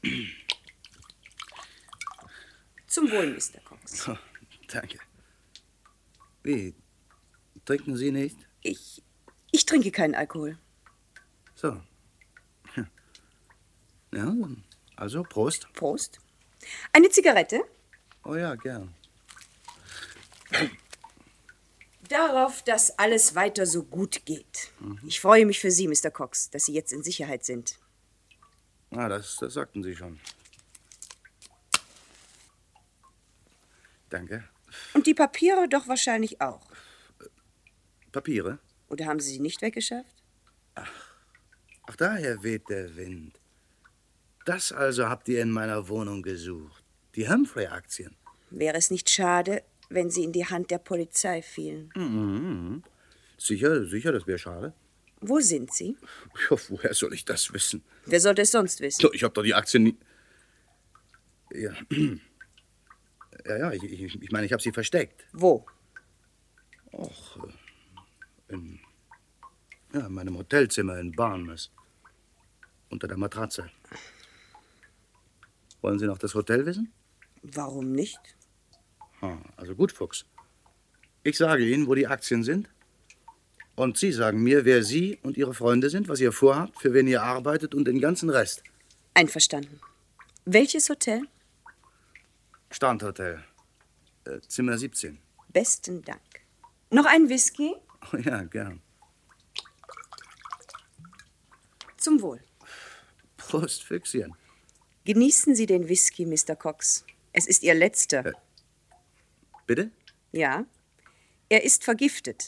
Zum Wohl, Mr. Cox. Oh, danke. Wie? Trinken Sie nicht? Ich trinke keinen Alkohol. So. Ja, dann. Also, Prost. Prost. Eine Zigarette? Oh ja, gern. Darauf, dass alles weiter so gut geht. Ich freue mich für Sie, Mr. Cox, dass Sie jetzt in Sicherheit sind. Ah, das sagten Sie schon. Danke. Und die Papiere doch wahrscheinlich auch. Papiere? Oder haben Sie sie nicht weggeschafft? Ach, daher weht der Wind. Das also habt ihr in meiner Wohnung gesucht. Die Humphrey-Aktien. Wäre es nicht schade, wenn sie in die Hand der Polizei fielen? Mhm. Sicher, das wäre schade. Wo sind sie? Ja, woher soll ich das wissen? Wer sollte es sonst wissen? Ich hab doch die Aktien nie... Ja, ich meine, ich habe sie versteckt. Wo? Och, in meinem Hotelzimmer in Bournemouth. Unter der Matratze. Wollen Sie noch das Hotel wissen? Warum nicht? Also gut, Fuchs. Ich sage Ihnen, wo die Aktien sind. Und Sie sagen mir, wer Sie und Ihre Freunde sind, was ihr vorhabt, für wen ihr arbeitet und den ganzen Rest. Einverstanden. Welches Hotel? Strandhotel. Zimmer 17. Besten Dank. Noch ein Whisky? Oh ja, gern. Zum Wohl. Prost, Füchschen. Genießen Sie den Whisky, Mr. Cox. Es ist Ihr letzter. Bitte? Ja. Er ist vergiftet.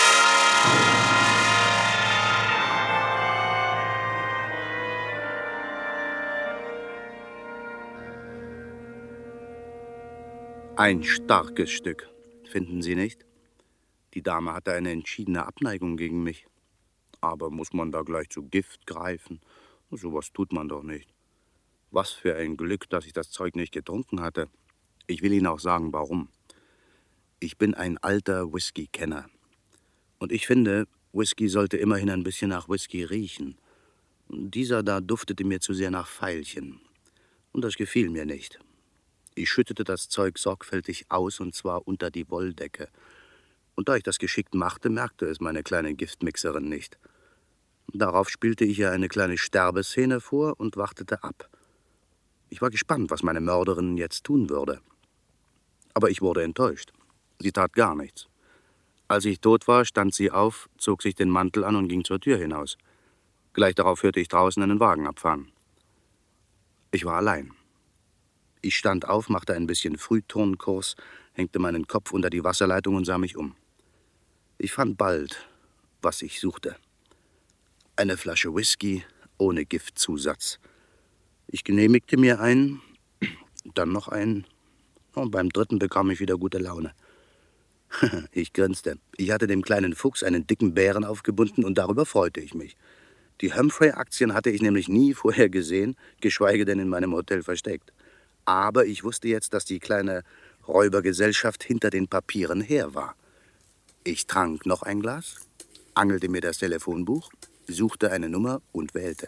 Ein starkes Stück, finden Sie nicht? Die Dame hatte eine entschiedene Abneigung gegen mich. Aber muss man da gleich zu Gift greifen? Sowas tut man doch nicht. Was für ein Glück, dass ich das Zeug nicht getrunken hatte. Ich will Ihnen auch sagen, warum. Ich bin ein alter Whisky-Kenner. Und ich finde, Whisky sollte immerhin ein bisschen nach Whisky riechen. Dieser da duftete mir zu sehr nach Veilchen. Und das gefiel mir nicht. Ich schüttete das Zeug sorgfältig aus, und zwar unter die Wolldecke. Und da ich das geschickt machte, merkte es meine kleine Giftmixerin nicht. Darauf spielte ich ihr eine kleine Sterbeszene vor und wartete ab. Ich war gespannt, was meine Mörderin jetzt tun würde. Aber ich wurde enttäuscht. Sie tat gar nichts. Als ich tot war, stand sie auf, zog sich den Mantel an und ging zur Tür hinaus. Gleich darauf hörte ich draußen einen Wagen abfahren. Ich war allein. Ich stand auf, machte ein bisschen Frühturnkurs, hängte meinen Kopf unter die Wasserleitung und sah mich um. Ich fand bald, was ich suchte. Eine Flasche Whisky ohne Giftzusatz. Ich genehmigte mir einen, dann noch einen, und beim dritten bekam ich wieder gute Laune. Ich grinste. Ich hatte dem kleinen Fuchs einen dicken Bären aufgebunden und darüber freute ich mich. Die Humphrey-Aktien hatte ich nämlich nie vorher gesehen, geschweige denn in meinem Hotel versteckt. Aber ich wusste jetzt, dass die kleine Räubergesellschaft hinter den Papieren her war. Ich trank noch ein Glas, angelte mir das Telefonbuch, suchte eine Nummer und wählte.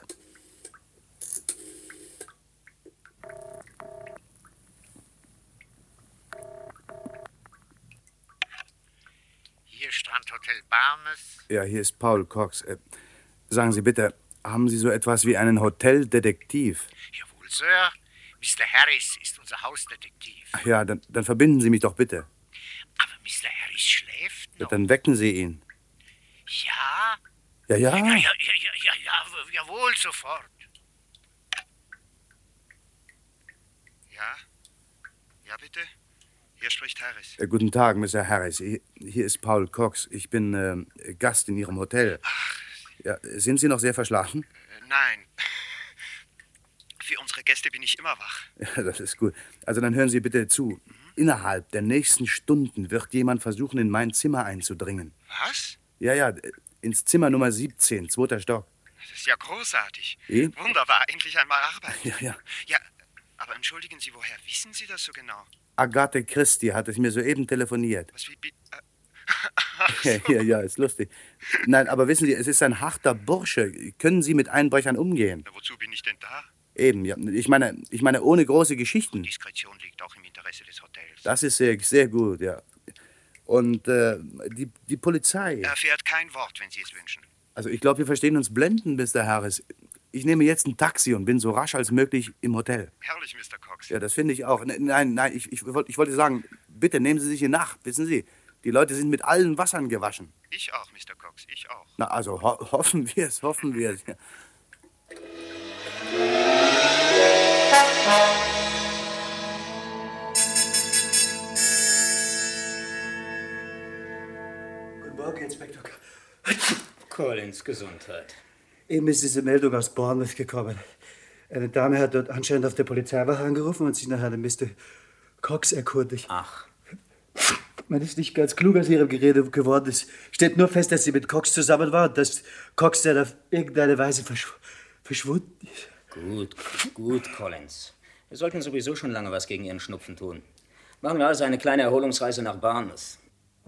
Hier Strandhotel Bournemouth. Ja, hier ist Paul Cox. Sagen Sie bitte, haben Sie so etwas wie einen Hoteldetektiv? Jawohl, Sir. Mr. Harris ist unser Hausdetektiv. Ach ja, dann verbinden Sie mich doch bitte. Aber Mr. Harris schläft Ja, noch. dann wecken Sie ihn. Ja? Ja? Jawohl, sofort. Ja? Ja, bitte? Hier spricht Harris. Guten Tag, Mr. Harris. Hier ist Paul Cox. Ich bin Gast in Ihrem Hotel. Ach. Ja, sind Sie noch sehr verschlafen? Nein. Für unsere Gäste bin ich immer wach. Ja, das ist gut. Also dann hören Sie bitte zu. Innerhalb der nächsten Stunden wird jemand versuchen, in mein Zimmer einzudringen. Was? Ja, ins Zimmer Nummer 17, 2. Stock. Das ist ja großartig. Wie? Wunderbar, endlich einmal Arbeit. Ja. Ja, aber entschuldigen Sie, woher wissen Sie das so genau? Agathe Christie hat es mir soeben telefoniert. Was, wie Ja, ist lustig. Nein, aber wissen Sie, es ist ein harter Bursche. Können Sie mit Einbrechern umgehen? Na, wozu bin ich denn da? Eben, ja. Ich meine, ohne große Geschichten. Diskretion liegt auch im Interesse des Hotels. Das ist sehr, sehr gut, ja. Und die Polizei. Er erfährt kein Wort, wenn Sie es wünschen. Also ich glaube, wir verstehen uns blendend, Mr. Harris. Ich nehme jetzt ein Taxi und bin so rasch als möglich im Hotel. Herrlich, Mr. Cox. Ja, das finde ich auch. Nein, ich wollte sagen, bitte nehmen Sie sich in Acht, wissen Sie. Die Leute sind mit allen Wassern gewaschen. Ich auch, Mr. Cox, ich auch. Na, also hoffen wir es, Ja. Guten Morgen, Inspektor. Collins, Gesundheit. Eben ist diese Meldung aus Bournemouth gekommen. Eine Dame hat dort anscheinend auf der Polizeiwache angerufen und sich nach einem Mr. Cox erkundigt. Ach. Man ist nicht ganz klug aus ihrem Gerede geworden. Es steht nur fest, dass sie mit Cox zusammen war und dass Cox dann auf irgendeine Weise verschwunden ist. Gut, Collins. Wir sollten sowieso schon lange was gegen Ihren Schnupfen tun. Machen wir also eine kleine Erholungsreise nach Bournemouth.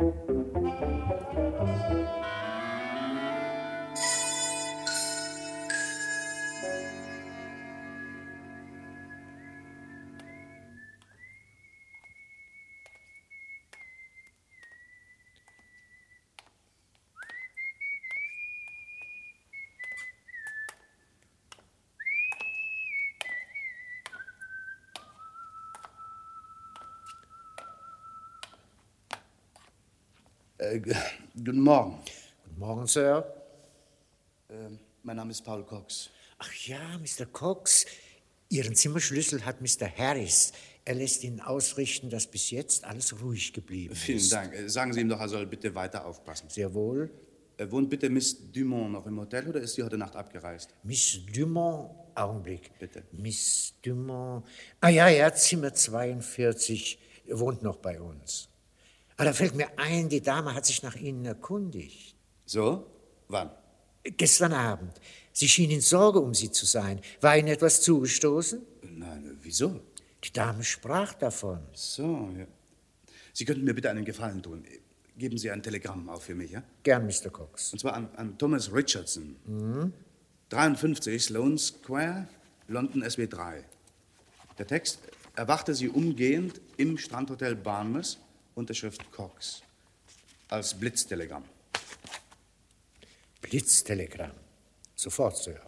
Guten Morgen. Guten Morgen, Sir. Mein Name ist Paul Cox. Ach ja, Mr. Cox. Ihren Zimmerschlüssel hat Mr. Harris. Er lässt Ihnen ausrichten, dass bis jetzt alles ruhig geblieben ist. Vielen Dank. Sagen Sie ihm doch, er soll bitte weiter aufpassen. Sehr wohl. Wohnt bitte Miss Dumont noch im Hotel oder ist sie heute Nacht abgereist? Miss Dumont, Augenblick. Bitte. Miss Dumont. Ah ja, Zimmer 42, wohnt noch bei uns. Aber da fällt mir ein, die Dame hat sich nach Ihnen erkundigt. So? Wann? Gestern Abend. Sie schien in Sorge um Sie zu sein. War Ihnen etwas zugestoßen? Nein, wieso? Die Dame sprach davon. So, ja. Sie könnten mir bitte einen Gefallen tun. Geben Sie ein Telegramm auf für mich, ja? Gern, Mr. Cox. Und zwar an Thomas Richardson. Mhm. 53 Sloane Square, London SW 3. Der Text: Erwarte Sie umgehend im Strandhotel Bournemouth. Unterschrift Cox. Als Blitztelegramm. Blitztelegramm. Sofort, Sir.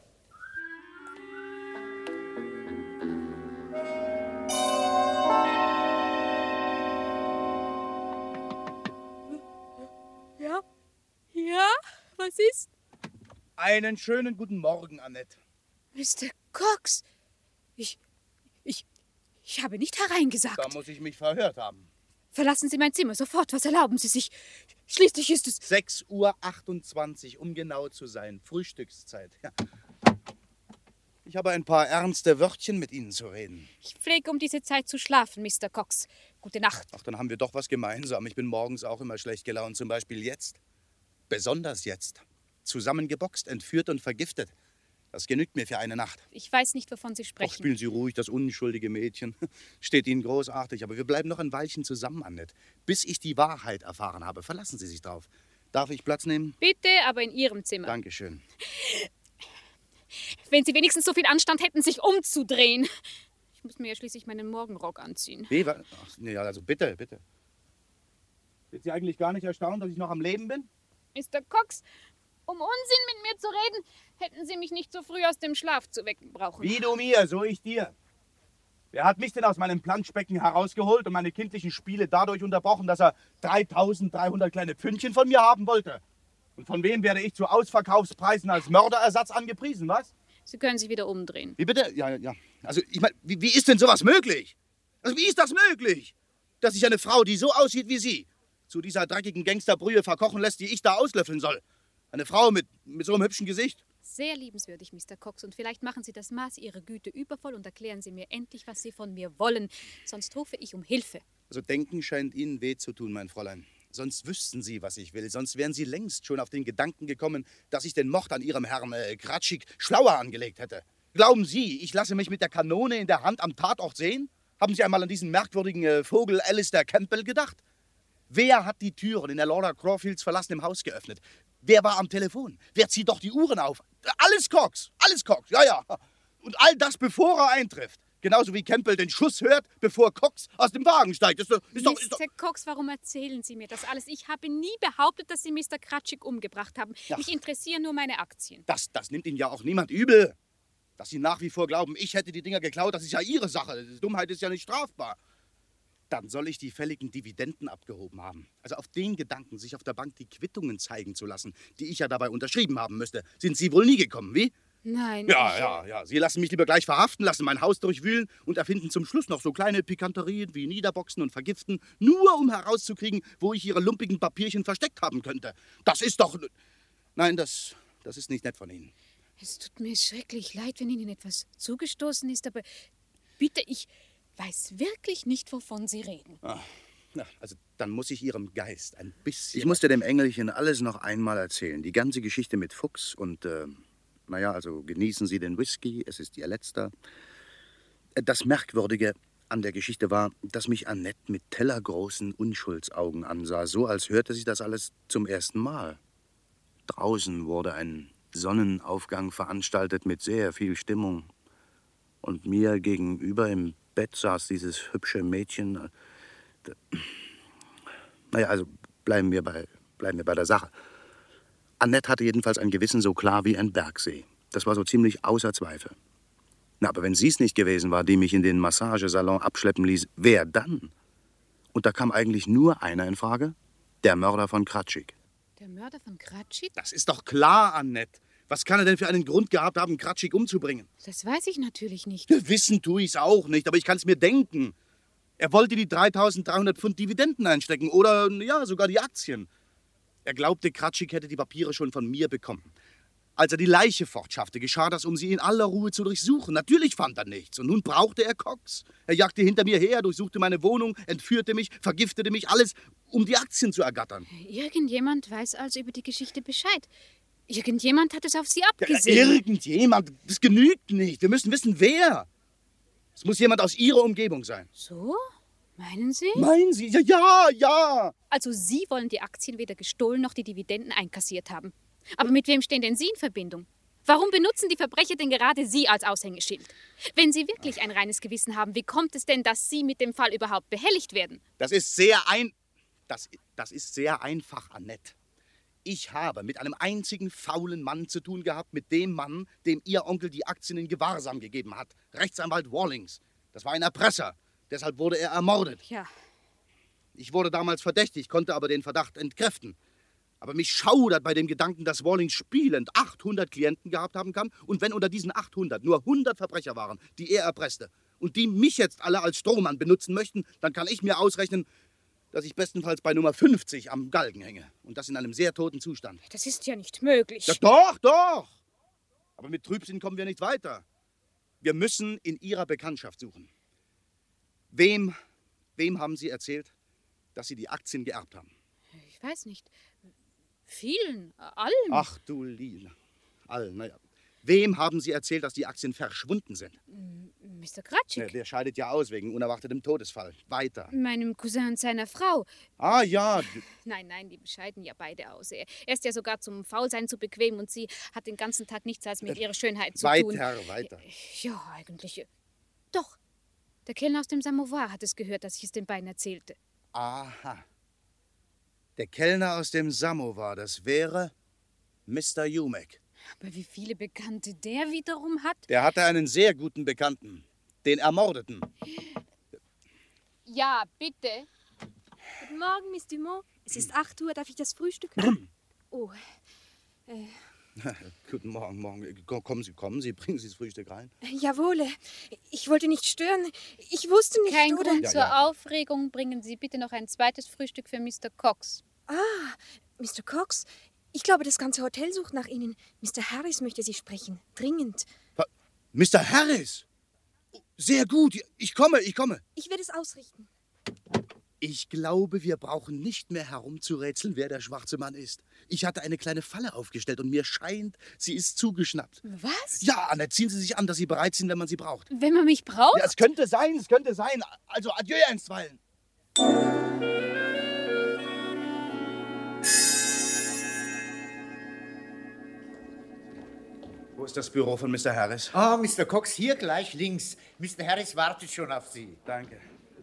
Ja, was ist? Einen schönen guten Morgen, Annette. Mr. Cox, ich habe nicht hereingesagt. Da muss ich mich verhört haben. Verlassen Sie mein Zimmer sofort. Was erlauben Sie sich? Schließlich ist es 6:28 Uhr, um genau zu sein. Frühstückszeit. Ja. Ich habe ein paar ernste Wörtchen mit Ihnen zu reden. Ich pflege um diese Zeit zu schlafen, Mr. Cox. Gute Nacht. Ach, dann haben wir doch was gemeinsam. Ich bin morgens auch immer schlecht gelaunt, zum Beispiel jetzt. Besonders jetzt. Zusammengeboxt, entführt und vergiftet. Das genügt mir für eine Nacht. Ich weiß nicht, wovon Sie sprechen. Ach, spielen Sie ruhig, das unschuldige Mädchen. Steht Ihnen großartig, aber wir bleiben noch ein Weilchen zusammen, Annette. Bis ich die Wahrheit erfahren habe. Verlassen Sie sich drauf. Darf ich Platz nehmen? Bitte, aber in Ihrem Zimmer. Dankeschön. Wenn Sie wenigstens so viel Anstand hätten, sich umzudrehen. Ich muss mir ja schließlich meinen Morgenrock anziehen. Wie? Ach, nee, also bitte. Sind Sie eigentlich gar nicht erstaunt, dass ich noch am Leben bin? Mr. Cox, um Unsinn mit mir zu reden, hätten Sie mich nicht so früh aus dem Schlaf zu wecken brauchen. Wie du mir, so ich dir. Wer hat mich denn aus meinem Planschbecken herausgeholt und meine kindlichen Spiele dadurch unterbrochen, dass er 3.300 kleine Pfündchen von mir haben wollte? Und von wem werde ich zu Ausverkaufspreisen als Mörderersatz angepriesen, was? Sie können sich wieder umdrehen. Wie bitte? Ja. Also, ich meine, wie ist denn sowas möglich? Also, wie ist das möglich? Dass sich eine Frau, die so aussieht wie Sie, zu dieser dreckigen Gangsterbrühe verkochen lässt, die ich da auslöffeln soll. Eine Frau mit so einem hübschen Gesicht. Sehr liebenswürdig, Mr. Cox. Und vielleicht machen Sie das Maß Ihrer Güte übervoll und erklären Sie mir endlich, was Sie von mir wollen. Sonst rufe ich um Hilfe. Also denken scheint Ihnen weh zu tun, mein Fräulein. Sonst wüssten Sie, was ich will. Sonst wären Sie längst schon auf den Gedanken gekommen, dass ich den Mord an Ihrem Herrn Kratschik schlauer angelegt hätte. Glauben Sie, ich lasse mich mit der Kanone in der Hand am Tatort sehen? Haben Sie einmal an diesen merkwürdigen Vogel Alistair Campbell gedacht? Wer hat die Türen in der Laura Crawfields verlassenem Haus geöffnet? Wer war am Telefon? Wer zieht doch die Uhren auf? Alles Cox, ja. Und all das, bevor er eintrifft. Genauso wie Campbell den Schuss hört, bevor Cox aus dem Wagen steigt. Mr. Cox, warum erzählen Sie mir das alles? Ich habe nie behauptet, dass Sie Mr. Kratschik umgebracht haben. Ja. Mich interessieren nur meine Aktien. Das nimmt Ihnen ja auch niemand übel. Dass Sie nach wie vor glauben, ich hätte die Dinger geklaut, das ist ja Ihre Sache. Dummheit ist ja nicht strafbar. Dann soll ich die fälligen Dividenden abgehoben haben. Also auf den Gedanken, sich auf der Bank die Quittungen zeigen zu lassen, die ich ja dabei unterschrieben haben müsste, sind Sie wohl nie gekommen, wie? Nein. Ja. Sie lassen mich lieber gleich verhaften, lassen mein Haus durchwühlen und erfinden zum Schluss noch so kleine Pikanterien wie Niederboxen und Vergiften, nur um herauszukriegen, wo ich Ihre lumpigen Papierchen versteckt haben könnte. Das ist doch... Nein, das ist nicht nett von Ihnen. Es tut mir schrecklich leid, wenn Ihnen etwas zugestoßen ist, aber bitte, ich weiß wirklich nicht, wovon Sie reden. Na, also dann muss ich Ihrem Geist ein bisschen... Ich musste dem Engelchen alles noch einmal erzählen. Die ganze Geschichte mit Fuchs und... Naja, also genießen Sie den Whisky, es ist Ihr letzter. Das Merkwürdige an der Geschichte war, dass mich Annette mit tellergroßen Unschuldsaugen ansah, so als hörte sie das alles zum ersten Mal. Draußen wurde ein Sonnenaufgang veranstaltet mit sehr viel Stimmung. Und mir gegenüber im Bett saß dieses hübsche Mädchen. Naja, also bleiben wir bei der Sache. Annette hatte jedenfalls ein Gewissen so klar wie ein Bergsee. Das war so ziemlich außer Zweifel. Na, aber wenn sie es nicht gewesen war, die mich in den Massagesalon abschleppen ließ, wer dann? Und da kam eigentlich nur einer in Frage: der Mörder von Kratschik. Der Mörder von Kratschik? Das ist doch klar, Annette. Was kann er denn für einen Grund gehabt haben, Kratschik umzubringen? Das weiß ich natürlich nicht. Wissen tue ich's auch nicht, aber ich kann es mir denken. Er wollte die 3.300 Pfund Dividenden einstecken oder, ja, sogar die Aktien. Er glaubte, Kratschik hätte die Papiere schon von mir bekommen. Als er die Leiche fortschaffte, geschah das, um sie in aller Ruhe zu durchsuchen. Natürlich fand er nichts. Und nun brauchte er Cox. Er jagte hinter mir her, durchsuchte meine Wohnung, entführte mich, vergiftete mich, alles, um die Aktien zu ergattern. Irgendjemand weiß also über die Geschichte Bescheid. Irgendjemand hat es auf Sie abgesehen. Ja, irgendjemand? Das genügt nicht. Wir müssen wissen, wer. Es muss jemand aus Ihrer Umgebung sein. So? Meinen Sie? Meinen Sie? Ja. Also Sie wollen die Aktien weder gestohlen noch die Dividenden einkassiert haben. Aber mit wem stehen denn Sie in Verbindung? Warum benutzen die Verbrecher denn gerade Sie als Aushängeschild? Wenn Sie wirklich ein reines Gewissen haben, wie kommt es denn, dass Sie mit dem Fall überhaupt behelligt werden? Das ist sehr einfach, Annette. Ich habe mit einem einzigen faulen Mann zu tun gehabt, mit dem Mann, dem Ihr Onkel die Aktien in Gewahrsam gegeben hat. Rechtsanwalt Wallings. Das war ein Erpresser. Deshalb wurde er ermordet. Ja. Ich wurde damals verdächtig, konnte aber den Verdacht entkräften. Aber mich schaudert bei dem Gedanken, dass Wallings spielend 800 Klienten gehabt haben kann. Und wenn unter diesen 800 nur 100 Verbrecher waren, die er erpresste, und die mich jetzt alle als Strohmann benutzen möchten, dann kann ich mir ausrechnen, dass ich bestenfalls bei Nummer 50 am Galgen hänge. Und das in einem sehr toten Zustand. Das ist ja nicht möglich. Ja, doch. Aber mit Trübsinn kommen wir nicht weiter. Wir müssen in Ihrer Bekanntschaft suchen. Wem haben Sie erzählt, dass Sie die Aktien geerbt haben? Ich weiß nicht. Vielen, allen. Ach du Liebe. Allen, naja. Wem haben Sie erzählt, dass die Aktien verschwunden sind? Mr. Kratschik. Der scheidet ja aus wegen unerwartetem Todesfall. Weiter. Meinem Cousin und seiner Frau. Ah ja. Nein, die scheiden ja beide aus. Er ist ja sogar zum Faulsein zu bequem und sie hat den ganzen Tag nichts als mit ihrer Schönheit zu tun. Weiter. Ja, eigentlich. Doch. Der Kellner aus dem Samovar hat es gehört, dass ich es den beiden erzählte. Aha. Der Kellner aus dem Samovar, das wäre Mr. Jumek. Aber wie viele Bekannte der wiederum hat? Der hatte einen sehr guten Bekannten, den Ermordeten. Ja, bitte. Guten Morgen, Miss Dumont. Es ist 8 Uhr, darf ich das Frühstück? Oh. Guten Morgen. Kommen Sie, bringen Sie das Frühstück rein. Jawohl, ich wollte nicht stören. Ich wusste nicht, Kein oder? Grund zur Aufregung. Bringen Sie bitte noch ein zweites Frühstück für Mr. Cox. Ah, Mr. Cox. Ich glaube, das ganze Hotel sucht nach Ihnen. Mr. Harris möchte Sie sprechen. Dringend. Mr. Harris? Sehr gut. Ich komme. Ich werde es ausrichten. Ich glaube, wir brauchen nicht mehr herumzurätseln, wer der schwarze Mann ist. Ich hatte eine kleine Falle aufgestellt und mir scheint, sie ist zugeschnappt. Was? Ja, Anna, ziehen Sie sich an, dass Sie bereit sind, wenn man Sie braucht. Wenn man mich braucht? Ja, es könnte sein. Also, adieu einstweilen. Wo ist das Büro von Mr. Harris? Ah, Mr. Cox, hier gleich links. Mr. Harris wartet schon auf Sie. Danke.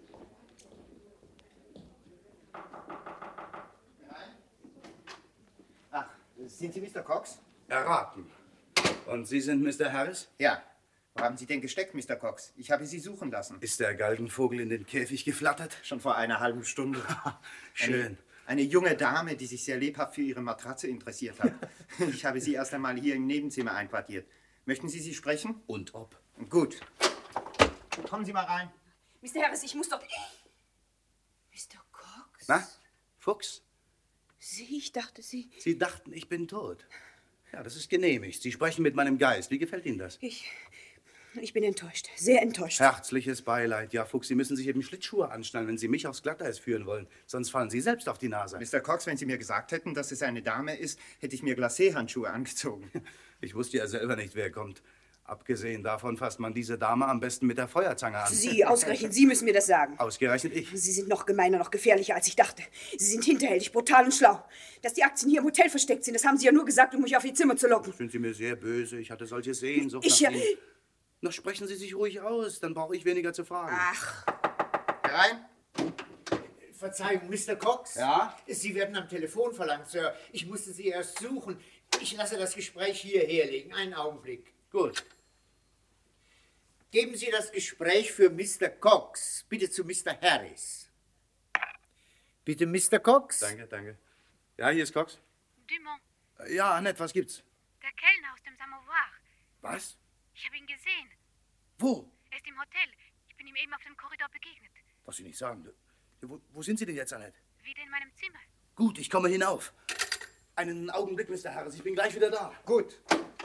Ach, sind Sie Mr. Cox? Erraten. Und Sie sind Mr. Harris? Ja. Wo haben Sie denn gesteckt, Mr. Cox? Ich habe Sie suchen lassen. Ist der Galgenvogel in den Käfig geflattert? Schon vor einer halben Stunde. Schön. Eine junge Dame, die sich sehr lebhaft für Ihre Matratze interessiert hat. Ich habe sie erst einmal hier im Nebenzimmer einquartiert. Möchten Sie sprechen? Und ob. Gut. Kommen Sie mal rein. Mr. Harris, ich muss doch... Mr. Cox? Na, Fuchs? Sie, ich dachte, Sie... Sie dachten, ich bin tot. Ja, das ist genehmigt. Sie sprechen mit meinem Geist. Wie gefällt Ihnen das? Ich bin enttäuscht. Sehr enttäuscht. Herzliches Beileid. Ja, Fuchs, Sie müssen sich eben Schlittschuhe anschnallen, wenn Sie mich aufs Glatteis führen wollen. Sonst fallen Sie selbst auf die Nase. Mr. Cox, wenn Sie mir gesagt hätten, dass es eine Dame ist, hätte ich mir Glacé-Handschuhe angezogen. Ich wusste ja selber nicht, wer kommt. Abgesehen davon fasst man diese Dame am besten mit der Feuerzange an. Sie, ausgerechnet Sie müssen mir das sagen. Ausgerechnet ich? Sie sind noch gemeiner, noch gefährlicher, als ich dachte. Sie sind hinterhältig, brutal und schlau. Dass die Aktien hier im Hotel versteckt sind, das haben Sie ja nur gesagt, um mich auf Ihr Zimmer zu locken. Sind Sie mir sehr böse. Ich hatte solche Sehnsucht Ich nach ja... Ihnen. Na, sprechen Sie sich ruhig aus, dann brauche ich weniger zu fragen. Ach. Herein. Verzeihung, Mr. Cox? Ja? Sie werden am Telefon verlangt, Sir. Ich musste Sie erst suchen. Ich lasse das Gespräch hierher legen. Einen Augenblick. Gut. Geben Sie das Gespräch für Mr. Cox. Bitte zu Mr. Harris. Bitte, Mr. Cox? Danke, danke. Ja, hier ist Cox. Dumont, Ja, Annette, was gibt's? der Kellner aus dem Samovar. Was? Ich habe ihn gesehen. Wo? Er ist im Hotel. Ich bin ihm eben auf dem Korridor begegnet. Was Sie nicht sagen. Wo sind Sie denn jetzt, Annette? Wieder in meinem Zimmer. Gut, ich komme hinauf. Einen Augenblick, Mr. Harris, ich bin gleich wieder da. Gut.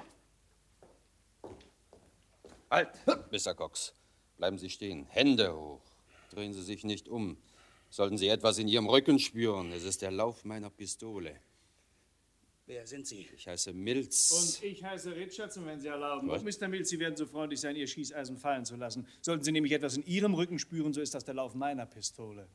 Halt, Mr. Cox. Bleiben Sie stehen. Hände hoch. Drehen Sie sich nicht um. Sollten Sie etwas in Ihrem Rücken spüren, es ist der Lauf meiner Pistole. Wer sind Sie? Ich heiße Mills. Und ich heiße Richards, und wenn Sie erlauben. Was? Und Mr. Mills, Sie werden so freundlich sein, Ihr Schießeisen fallen zu lassen. Sollten Sie nämlich etwas in Ihrem Rücken spüren, so ist das der Lauf meiner Pistole.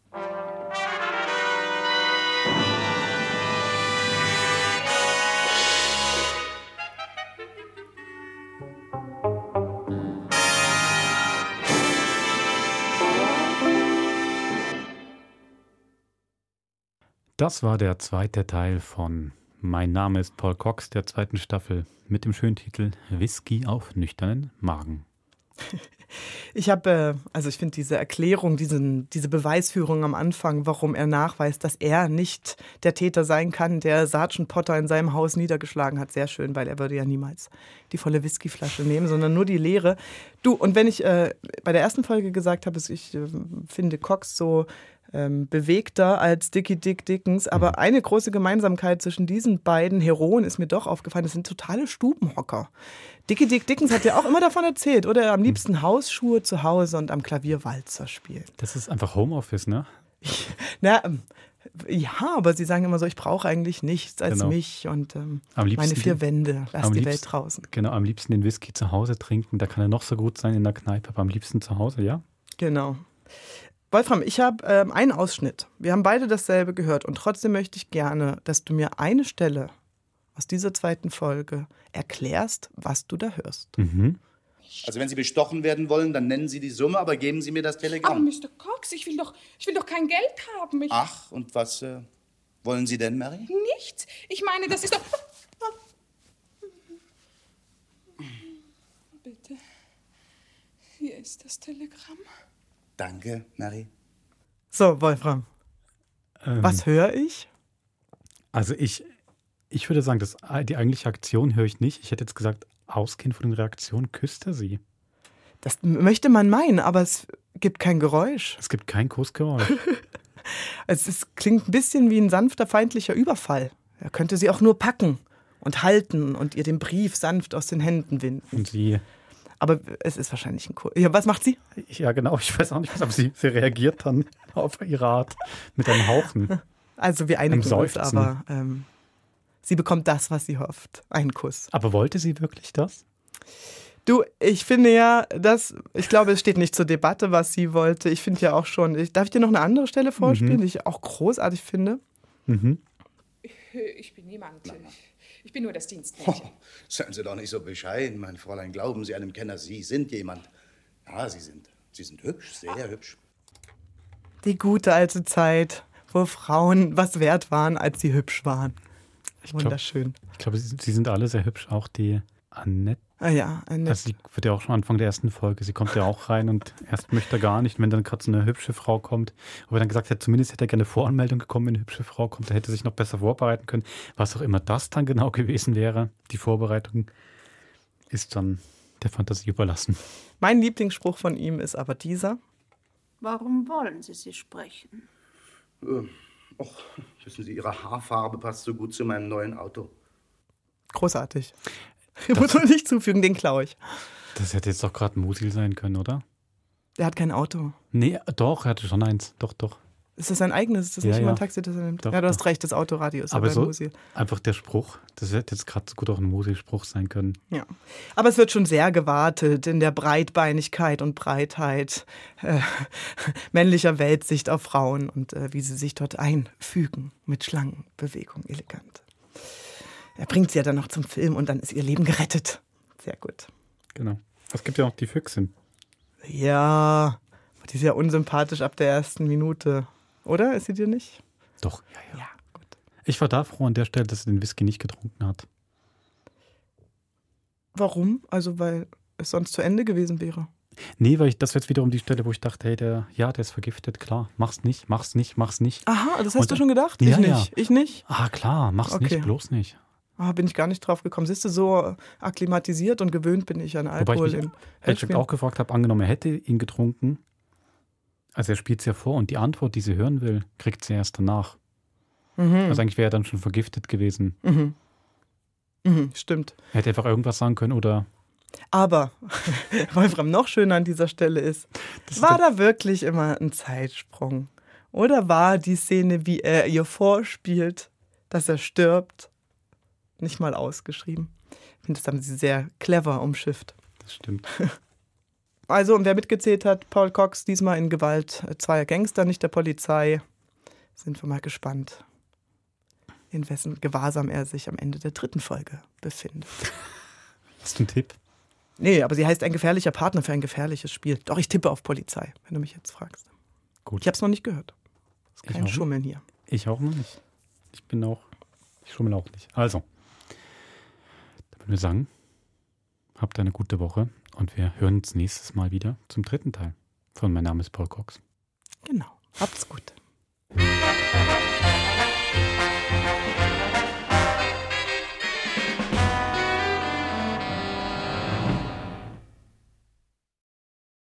Das war der zweite Teil von Mein Name ist Paul Cox, der zweiten Staffel, mit dem schönen Titel Whisky auf nüchternen Magen. Ich finde diese Erklärung, diese Beweisführung am Anfang, warum er nachweist, dass er nicht der Täter sein kann, der Sergeant Potter in seinem Haus niedergeschlagen hat, sehr schön, weil er würde ja niemals die volle Whiskyflasche nehmen, sondern nur die leere. Du, und wenn ich bei der ersten Folge gesagt habe, ich finde Cox so bewegter als Dickie Dick Dickens, aber eine große Gemeinsamkeit zwischen diesen beiden Heroen ist mir doch aufgefallen, das sind totale Stubenhocker. Dickie Dick Dickens hat ja auch immer davon erzählt, oder? Am liebsten Hausschuhe zu Hause und am Klavier Walzer spielen. Das ist einfach Homeoffice, ne? Ja, aber sie sagen immer so, ich brauche eigentlich nichts als mich und meine vier Wände, lass die Welt draußen. Genau, am liebsten den Whisky zu Hause trinken, da kann er noch so gut sein in der Kneipe, aber am liebsten zu Hause, ja? Genau. Wolfram, ich habe einen Ausschnitt. Wir haben beide dasselbe gehört und trotzdem möchte ich gerne, dass du mir eine Stelle aus dieser zweiten Folge erklärst, was du da hörst. Mhm. Also wenn Sie bestochen werden wollen, dann nennen Sie die Summe, aber geben Sie mir das Aber Telegramm. Mr. Cox, ich will doch kein Geld haben. Ach, und was wollen Sie denn, Mary? Nichts. Ich meine, das ist doch... Bitte. Hier ist das Telegramm. Danke, Mary. So, Wolfram, was höre ich? Also ich würde sagen, die eigentliche Aktion höre ich nicht. Ich hätte jetzt gesagt, ausgehend von den Reaktionen küsst er sie. Das möchte man meinen, aber es gibt kein Geräusch. Es gibt kein Kussgeräusch. Es klingt ein bisschen wie ein sanfter, feindlicher Überfall. Er könnte sie auch nur packen und halten und ihr den Brief sanft aus den Händen winden. Und sie... Aber es ist wahrscheinlich ein Kuss. Ja, was macht sie? Ja, genau. Ich weiß auch nicht, aber sie reagiert dann auf ihre Art mit einem Hauchen. Also wir einigen uns, aber sie bekommt das, was sie hofft. Einen Kuss. Aber wollte sie wirklich das? Du, ich finde ja, ich glaube, es steht nicht zur Debatte, was sie wollte. Ich finde ja auch schon, darf ich dir noch eine andere Stelle vorspielen, die ich auch großartig finde? Mhm. Ich bin niemand. Ich bin nur das Dienstmädchen. Seien Sie doch nicht so bescheiden, mein Fräulein. Glauben Sie einem Kenner, Sie sind jemand. Ja, Sie sind hübsch, sehr hübsch. Die gute alte Zeit, wo Frauen was wert waren, als sie hübsch waren. Wunderschön. Ich glaube, sie sind alle sehr hübsch, auch die Annette. Ah ja, Annette. Also sie wird ja auch schon am Anfang der ersten Folge, sie kommt ja auch rein und erst möchte er gar nicht, wenn dann gerade so eine hübsche Frau kommt, wo er dann gesagt hat, zumindest hätte er gerne Voranmeldung gekommen, wenn eine hübsche Frau kommt, er hätte sich noch besser vorbereiten können, was auch immer das dann genau gewesen wäre, die Vorbereitung. ist dann der Fantasie überlassen. Mein Lieblingsspruch von ihm ist aber dieser. Warum wollen Sie sprechen? Wissen Sie, Ihre Haarfarbe passt so gut zu meinem neuen Auto. Großartig. Ich muss man nicht zufügen, den klaue ich. Das hätte jetzt doch gerade ein Musil sein können, oder? Der hat kein Auto. Nee, doch, er hatte schon eins. Doch. Ist das sein eigenes? Ist das nicht immer ein Taxi, das er nimmt? Doch, ja, du hast recht, das Autoradio ist aber ja so Musil. einfach der Spruch, das hätte jetzt gerade so gut auch ein Musil-Spruch sein können. Ja, aber es wird schon sehr gewartet in der Breitbeinigkeit und Breitheit männlicher Weltsicht auf Frauen und wie sie sich dort einfügen mit Schlangenbewegung, elegant. Er bringt sie ja dann noch zum Film und dann ist ihr Leben gerettet. Sehr gut. Genau. Es gibt ja auch die Füchsin. Ja, die ist ja unsympathisch ab der ersten Minute. Oder? Ist sie dir nicht? Doch, ja. Gut. Ich war da froh an der Stelle, dass sie den Whisky nicht getrunken hat. Warum? Also, weil es sonst zu Ende gewesen wäre. Nee, weil das wäre jetzt wiederum die Stelle, wo ich dachte, hey, der ist vergiftet, klar. Mach's nicht. Aha, das hast du schon gedacht? Ja, ich nicht. Ja. Ich nicht? Ah, klar, mach's nicht, bloß nicht. Bin ich gar nicht drauf gekommen. Siehst du, so akklimatisiert und gewöhnt bin ich an Alkohol. Wobei ich mich auch gefragt habe, angenommen, er hätte ihn getrunken. Also er spielt es ja vor und die Antwort, die sie hören will, kriegt sie erst danach. Also eigentlich wäre er dann schon vergiftet gewesen. Stimmt. Er hätte einfach irgendwas sagen können oder... Aber Wolfram, noch schöner an dieser Stelle ist, war da wirklich immer ein Zeitsprung? Oder war die Szene, wie er ihr vorspielt, dass er stirbt, nicht mal ausgeschrieben? Ich finde, das haben sie sehr clever umschifft. Das stimmt. Also, und wer mitgezählt hat, Paul Cox, diesmal in Gewalt zweier Gangster, nicht der Polizei. Sind wir mal gespannt, in wessen Gewahrsam er sich am Ende der 3. Folge befindet. Hast du einen Tipp? Nee, aber sie heißt ein gefährlicher Partner für ein gefährliches Spiel. Doch, ich tippe auf Polizei, wenn du mich jetzt fragst. Gut. Ich habe es noch nicht gehört. Das ist kein Schummeln hier. Ich auch noch nicht. Ich schummel auch nicht. Also, dann würden wir sagen, habt eine gute Woche und wir hören uns nächstes Mal wieder zum 3. Teil von Mein Name ist Paul Cox. Genau. Habt's gut.